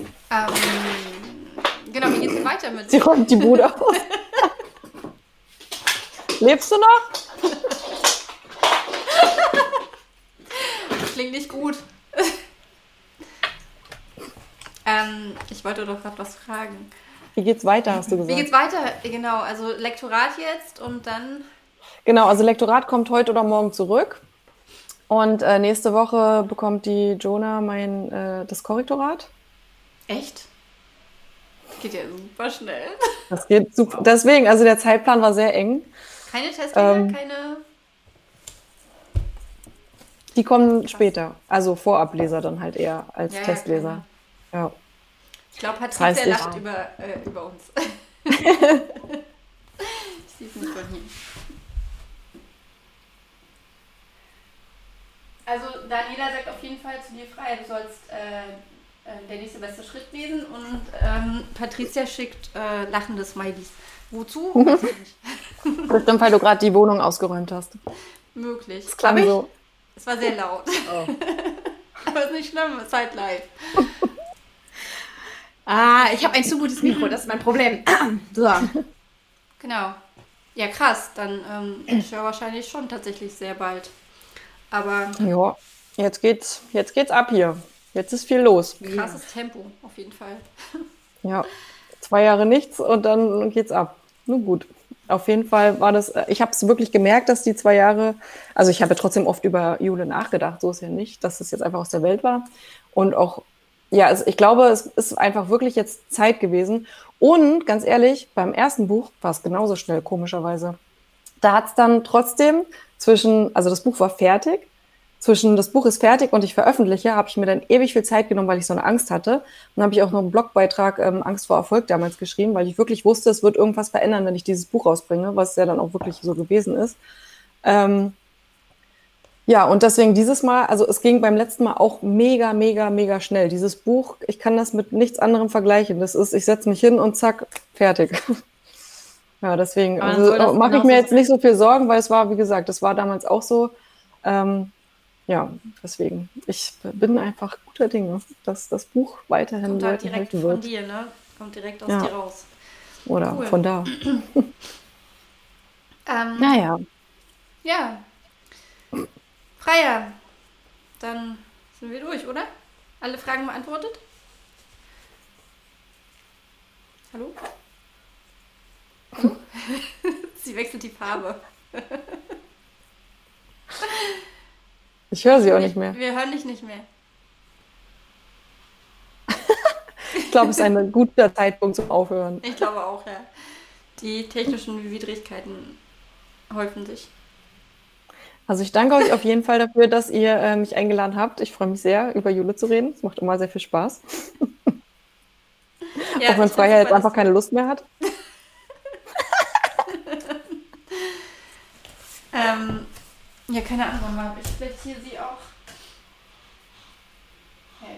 Ähm, genau, wie geht's denn weiter mit? Sie räumt die Bude aus. Lebst du noch? Das klingt nicht gut. ähm, ich wollte doch gerade was fragen. Wie geht's weiter, hast du gesagt? Wie geht's weiter? Genau, also Lektorat jetzt und dann... Genau, also Lektorat kommt heute oder morgen zurück. Und äh, nächste Woche bekommt die Jonah mein, äh, das Korrektorat. Echt? Geht ja super schnell. Das geht super. Deswegen, also der Zeitplan war sehr eng. Keine Testleser, ähm, keine... Die kommen Krass. später. Also Vorableser dann halt eher als ja, Testleser. Ja. ja. Ich glaube, Patricia das heißt, lacht über, äh, über uns. Ich sehe es nicht von hier. Also Daniela sagt auf jeden Fall zu dir frei, du sollst äh, äh, der nächste beste Schritt lesen und ähm, Patricia schickt äh, lachende Smileys. Wozu? Weiß ich nicht. Bestimmt, weil du gerade die Wohnung ausgeräumt hast. Möglich. Das klang so. Es war sehr laut. Oh. Aber ist nicht schlimm, es ist halt live. Ah, ich habe ein zu gutes Mikro, das ist mein Problem. So. Genau. Ja, krass. Dann ähm, ich höre wahrscheinlich schon tatsächlich sehr bald. Aber... Ja, jetzt geht's, jetzt geht's ab hier. Jetzt ist viel los. Krasses Tempo, auf jeden Fall. Ja, zwei Jahre nichts und dann geht's ab. Nur gut. Auf jeden Fall war das, ich habe es wirklich gemerkt, dass die zwei Jahre, also ich habe ja trotzdem oft über Jule nachgedacht, so ist ja nicht, dass es jetzt einfach aus der Welt war. Und auch, ja, also ich glaube, es ist einfach wirklich jetzt Zeit gewesen. Und ganz ehrlich, beim ersten Buch war es genauso schnell, komischerweise. Da hat es dann trotzdem zwischen, also das Buch war fertig, zwischen das Buch ist fertig und ich veröffentliche, habe ich mir dann ewig viel Zeit genommen, weil ich so eine Angst hatte. Und dann habe ich auch noch einen Blogbeitrag ähm, Angst vor Erfolg damals geschrieben, weil ich wirklich wusste, es wird irgendwas verändern, wenn ich dieses Buch rausbringe, was ja dann auch wirklich so gewesen ist. Ähm, ja, und deswegen dieses Mal, also es ging beim letzten Mal auch mega, mega, mega schnell. Dieses Buch, ich kann das mit nichts anderem vergleichen. Das ist, ich setze mich hin und zack, fertig. Ja, deswegen also, mache ich mir jetzt nicht so viel Sorgen, weil es war, wie gesagt, das war damals auch so. Ähm, Ja, deswegen, ich bin einfach guter Dinge, dass das Buch weiterhin Kommt Leuten direkt helfen von wird. dir, ne? Kommt direkt aus ja. dir raus. Oder cool. von da. ähm, naja. Ja. Freya, dann sind wir durch, oder? Alle Fragen beantwortet? Hallo? Hallo? Sie wechselt die Farbe. Ich höre sie auch nicht mehr. Wir hören dich nicht mehr. Ich glaube, es ist ein guter Zeitpunkt zum Aufhören. Ich glaube auch, ja. Die technischen Widrigkeiten häufen sich. Also ich danke euch auf jeden Fall dafür, dass ihr äh, mich eingeladen habt. Ich freue mich sehr, über Jule zu reden. Es macht immer sehr viel Spaß. Ja, auch wenn Freya jetzt einfach keine Lust mehr hat. ähm, ja, keine Ahnung, aber ich platziere sie auch. Hey.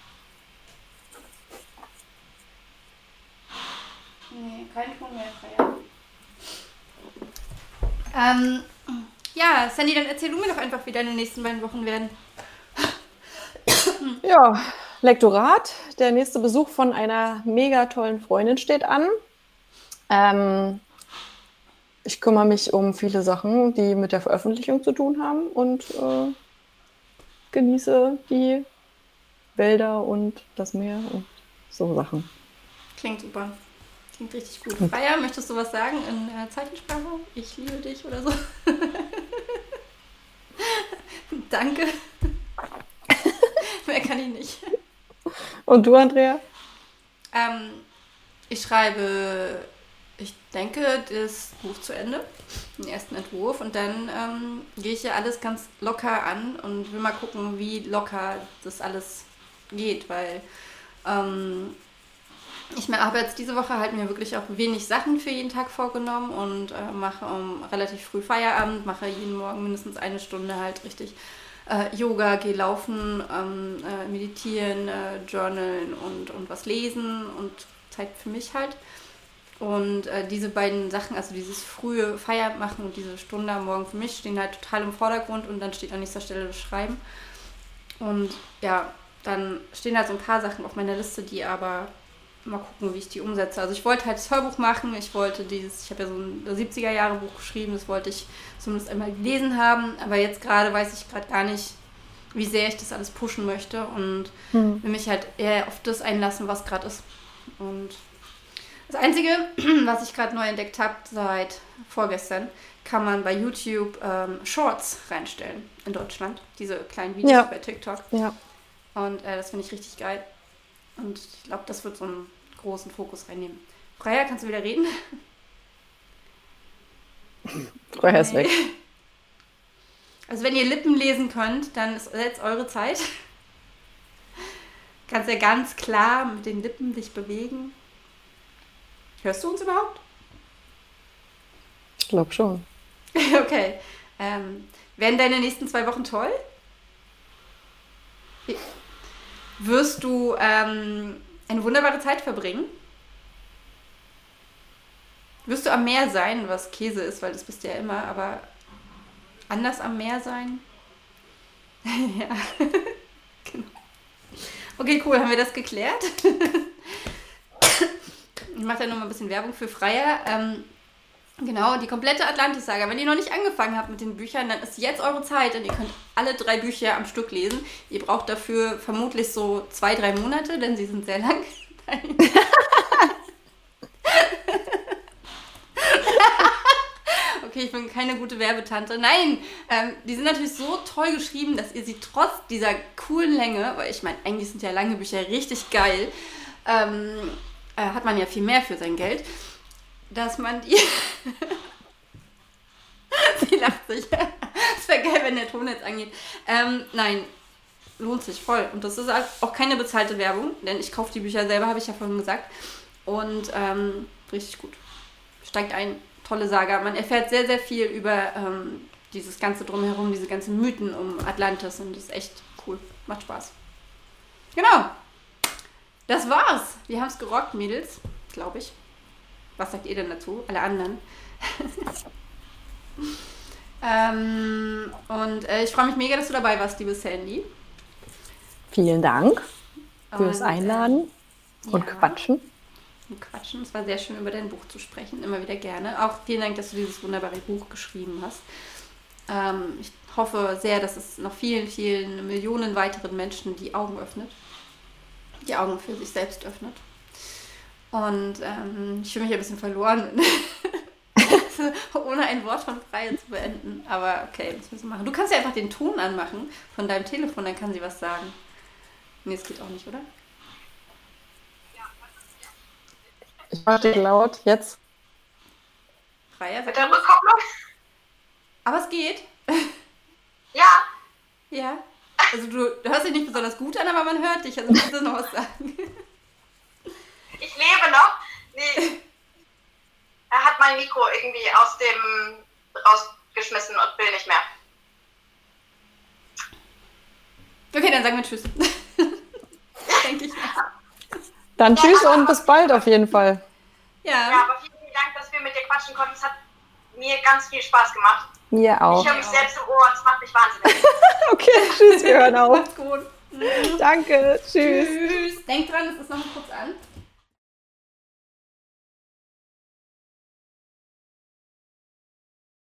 Nee, kein Ton mehr, Freya. Ähm, ja, Sandy, dann erzähl du mir doch einfach, wie deine nächsten beiden Wochen werden. Ja, Lektorat. Der nächste Besuch von einer mega tollen Freundin steht an. Ähm, ich kümmere mich um viele Sachen, die mit der Veröffentlichung zu tun haben und äh, genieße die Wälder und das Meer und so Sachen. Klingt super. Klingt richtig gut. Freya, möchtest du was sagen in äh, Zeichensprache? Ich liebe dich oder so? Danke. Mehr kann ich nicht. Und du, Andrea? Ähm, ich schreibe, ich denke das Buch zu Ende, den ersten Entwurf, und dann ähm, gehe ich ja alles ganz locker an und will mal gucken, wie locker das alles geht, weil ähm, ich mir habe jetzt diese Woche halt mir wirklich auch wenig Sachen für jeden Tag vorgenommen und äh, mache um relativ früh Feierabend, mache jeden Morgen mindestens eine Stunde halt richtig äh, Yoga, gehe laufen, ähm, äh, meditieren, äh, journalen und, und was lesen und Zeit für mich halt. Und äh, diese beiden Sachen, also dieses frühe Feierabend machen und diese Stunde am Morgen für mich, stehen halt total im Vordergrund, und dann steht an nächster Stelle das Schreiben. Und ja, dann stehen halt so ein paar Sachen auf meiner Liste, die aber mal gucken, wie ich die umsetze. Also ich wollte halt das Hörbuch machen, ich wollte dieses, ich habe ja so ein siebziger-Jahre-Buch geschrieben, das wollte ich zumindest einmal gelesen haben, aber jetzt gerade weiß ich gerade gar nicht, wie sehr ich das alles pushen möchte, und hm. will mich halt eher auf das einlassen, was gerade ist. Und das Einzige, was ich gerade neu entdeckt habe, seit vorgestern, kann man bei YouTube ähm, Shorts reinstellen in Deutschland. Diese kleinen Videos ja. bei TikTok. Ja. Und äh, das finde ich richtig geil. Und ich glaube, das wird so einen großen Fokus reinnehmen. Freya, kannst du wieder reden? Freya ist weg. Also wenn ihr Lippen lesen könnt, dann ist jetzt eure Zeit. Kannst ja ganz klar mit den Lippen dich bewegen. Hörst du uns überhaupt? Ich glaube schon. Okay. Ähm, werden deine nächsten zwei Wochen toll? Wirst du ähm, eine wunderbare Zeit verbringen? Wirst du am Meer sein, was Käse ist, weil das bist du ja immer, aber anders am Meer sein? Ja. Genau. Okay, cool, haben wir das geklärt? Ich mache da noch mal ein bisschen Werbung für Freya. Ähm, genau, die komplette Atlantis-Saga. Wenn ihr noch nicht angefangen habt mit den Büchern, dann ist jetzt eure Zeit, und ihr könnt alle drei Bücher am Stück lesen. Ihr braucht dafür vermutlich so zwei, drei Monate, denn sie sind sehr lang. Okay, ich bin keine gute Werbetante. Nein, ähm, die sind natürlich so toll geschrieben, dass ihr sie trotz dieser coolen Länge, weil ich meine, eigentlich sind ja lange Bücher richtig geil, ähm, äh, hat man ja viel mehr für sein Geld, dass man die... Sie lacht sich. Es wäre geil, wenn der Ton jetzt angeht. Ähm, nein, lohnt sich voll. Und das ist auch keine bezahlte Werbung, denn ich kaufe die Bücher selber, habe ich ja vorhin gesagt. Und ähm, richtig gut. Steigt ein. Tolle Saga. Man erfährt sehr, sehr viel über ähm, dieses ganze Drumherum, diese ganzen Mythen um Atlantis, und das ist echt cool. Macht Spaß. Genau. Das war's. Wir haben es gerockt, Mädels. Glaube ich. Was sagt ihr denn dazu? Alle anderen. ähm, und äh, ich freue mich mega, dass du dabei warst, liebe Sandy. Vielen Dank fürs und, Einladen äh, und ja. Quatschen. Quatschen. Es war sehr schön, über dein Buch zu sprechen. Immer wieder gerne. Auch vielen Dank, dass du dieses wunderbare Buch geschrieben hast. Ähm, ich hoffe sehr, dass es noch vielen, vielen Millionen weiteren Menschen die Augen öffnet. Die Augen für sich selbst öffnet. Und ähm, ich fühle mich ein bisschen verloren, ohne ein Wort von Freya zu beenden. Aber okay, das müssen wir machen. Du kannst ja einfach den Ton anmachen von deinem Telefon, dann kann sie was sagen. Nee, das geht auch nicht, oder? Ich mache dich laut, jetzt. Freya, mit der Rückkopplung? Aber es geht. Ja. Ja. Also du, du hörst dich nicht besonders gut an, aber man hört dich. Also willst du noch was sagen? Ich lebe noch. Nee. Er hat mein Mikro irgendwie aus dem rausgeschmissen und will nicht mehr. Okay, dann sagen wir Tschüss. Denke ich mal. Dann ja, tschüss und bis bald auf jeden Fall. Ja. Ja, aber vielen, vielen Dank, dass wir mit dir quatschen konnten. Es hat mir ganz viel Spaß gemacht. Mir auch. Ich höre mich selbst im Ohr und es macht mich wahnsinnig. Okay, tschüss, wir hören auf. Macht's gut. Danke, tschüss. Tschüss. Denk dran, es ist noch mal kurz an.